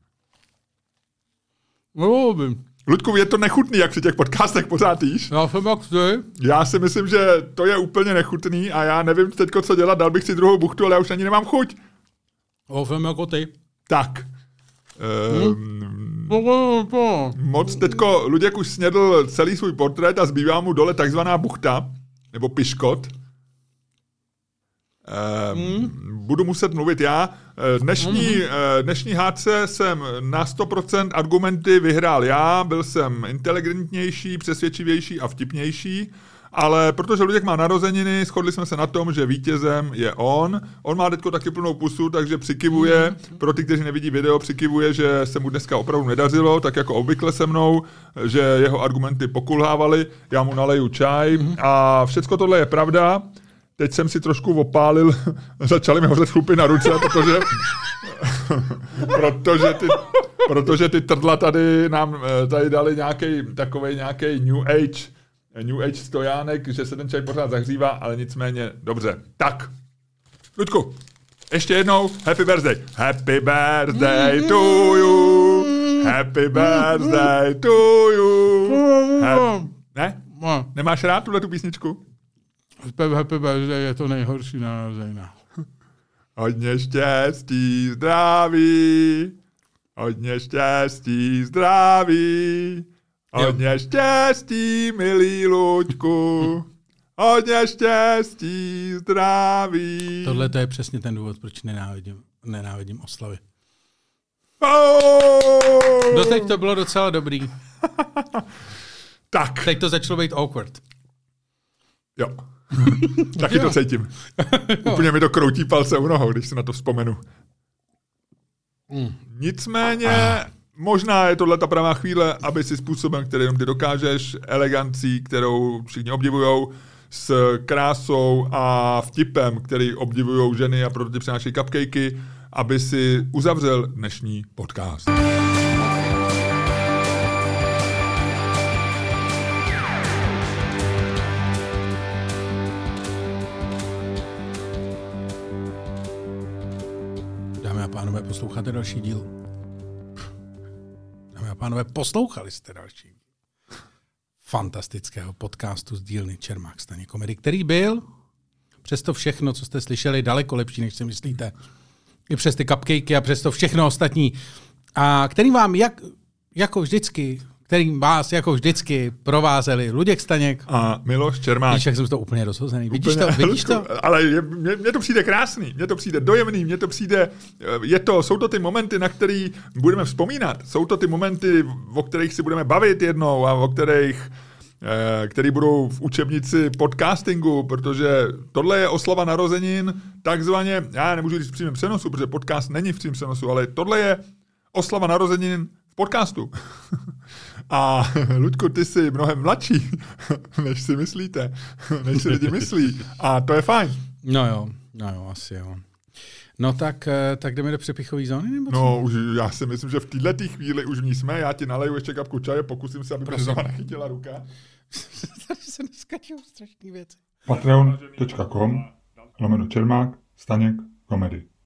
Speaker 1: No,
Speaker 2: Luďku, je to nechutný, jak při těch podcastech pořád jíš?
Speaker 1: Já jsem jak ty.
Speaker 2: Já si myslím, že to je úplně nechutný a já nevím teďko, co dělat. Dal bych si druhou buchtu, ale já už ani nemám chuť.
Speaker 1: Já jsem jako ty.
Speaker 2: Tak. Um, Moc teďko Luděk už snědl celý svůj portrét a zbývá mu dole takzvaná buchta, nebo piškot. Ehm, hmm. Budu muset mluvit já. Dnešní, hmm. dnešní hádce jsem na sto procent argumenty vyhrál já, byl jsem inteligentnější, přesvědčivější a vtipnější, ale protože Luděk má narozeniny, shodli jsme se na tom, že vítězem je on. On má teďko taky plnou pusu, takže přikivuje. Pro ty, kteří nevidí video, přikivuje, že se mu dneska opravdu nedařilo, tak jako obvykle se mnou, že jeho argumenty pokulhávaly. Já mu naleju čaj a všecko tohle je pravda. Teď jsem si trošku opálil, začaly mi hořet chlupy na ruce, protože, protože, ty, protože ty trdla tady nám tady dali nějaký takovej nějaký New Age New Age stojánek, že se ten čaj pořád zahřívá, ale nicméně dobře. Tak, Luďku, ještě jednou happy birthday. Happy birthday to you. Happy birthday to you. Happy... Ne? Nemáš rád tuhle tu písničku?
Speaker 1: Happy birthday je to nejhorší narozenina.
Speaker 2: Hodně štěstí, zdraví. Hodně štěstí, zdraví. Hodně štěstí, milý Luďku. Hodně štěstí, zdraví.
Speaker 1: Tohle to je přesně ten důvod, proč nenávidím, nenávidím oslavy.
Speaker 2: Oh!
Speaker 1: Doteď to bylo docela dobrý.
Speaker 2: Tak.
Speaker 1: Teď to začalo být awkward.
Speaker 2: Jo. Taky jo. To cítím. Úplně mi to kroutí palce u nohou, když se na to vzpomenu. Mm. Nicméně... Ah. Možná je tohle ta pravá chvíle, aby si způsobem, který jenom ty dokážeš, elegancí, kterou všichni obdivujou, s krásou a vtipem, který obdivujou ženy a proto ti přinášejí cupcakey, aby si uzavřel dnešní podcast.
Speaker 1: Dámy a pánové, posloucháte další díl. Dámy a pánové, poslouchali jste další fantastického podcastu z dílny Čermák Staněk Komedy, který byl přesto všechno, co jste slyšeli, daleko lepší, než si myslíte. I přes ty cupcakey a přes to všechno ostatní. A který vám, jak, jako vždycky, kterým vás jako vždycky provázeli Luděk Staněk
Speaker 2: a Miloš Čermák.
Speaker 1: Víš, jak jsem to úplně rozhozený. Vidíš úplně, to? Vidíš to?
Speaker 2: Ale je, mě, mě to přijde krásný, mě to přijde dojemný, mě to přijde, je to, jsou to ty momenty, na které budeme vzpomínat. Jsou to ty momenty, o kterých si budeme bavit jednou a o kterých který budou v učebnici podcastingu, protože tohle je oslava narozenin, takzvaně, já nemůžu říct v přímém přenosu, protože podcast není v přímém přenosu, ale tohle je oslava narozenin v podcastu. A Luďku, ty jsi mnohem mladší, než si myslíte, než si lidi myslí. A to je fajn.
Speaker 1: No jo, no jo, asi jo. No tak, tak jdeme do přepichové zóny? Nebo
Speaker 2: no, už, já si myslím, že v této chvíli už v ní jsme. Já ti naleju ještě kapku čaje, pokusím se, aby mě znovu nechytila ruka.
Speaker 1: Tady se neskačou strašný věci.
Speaker 2: patreon tečka com lomeno Čermák, Staněk, komedy.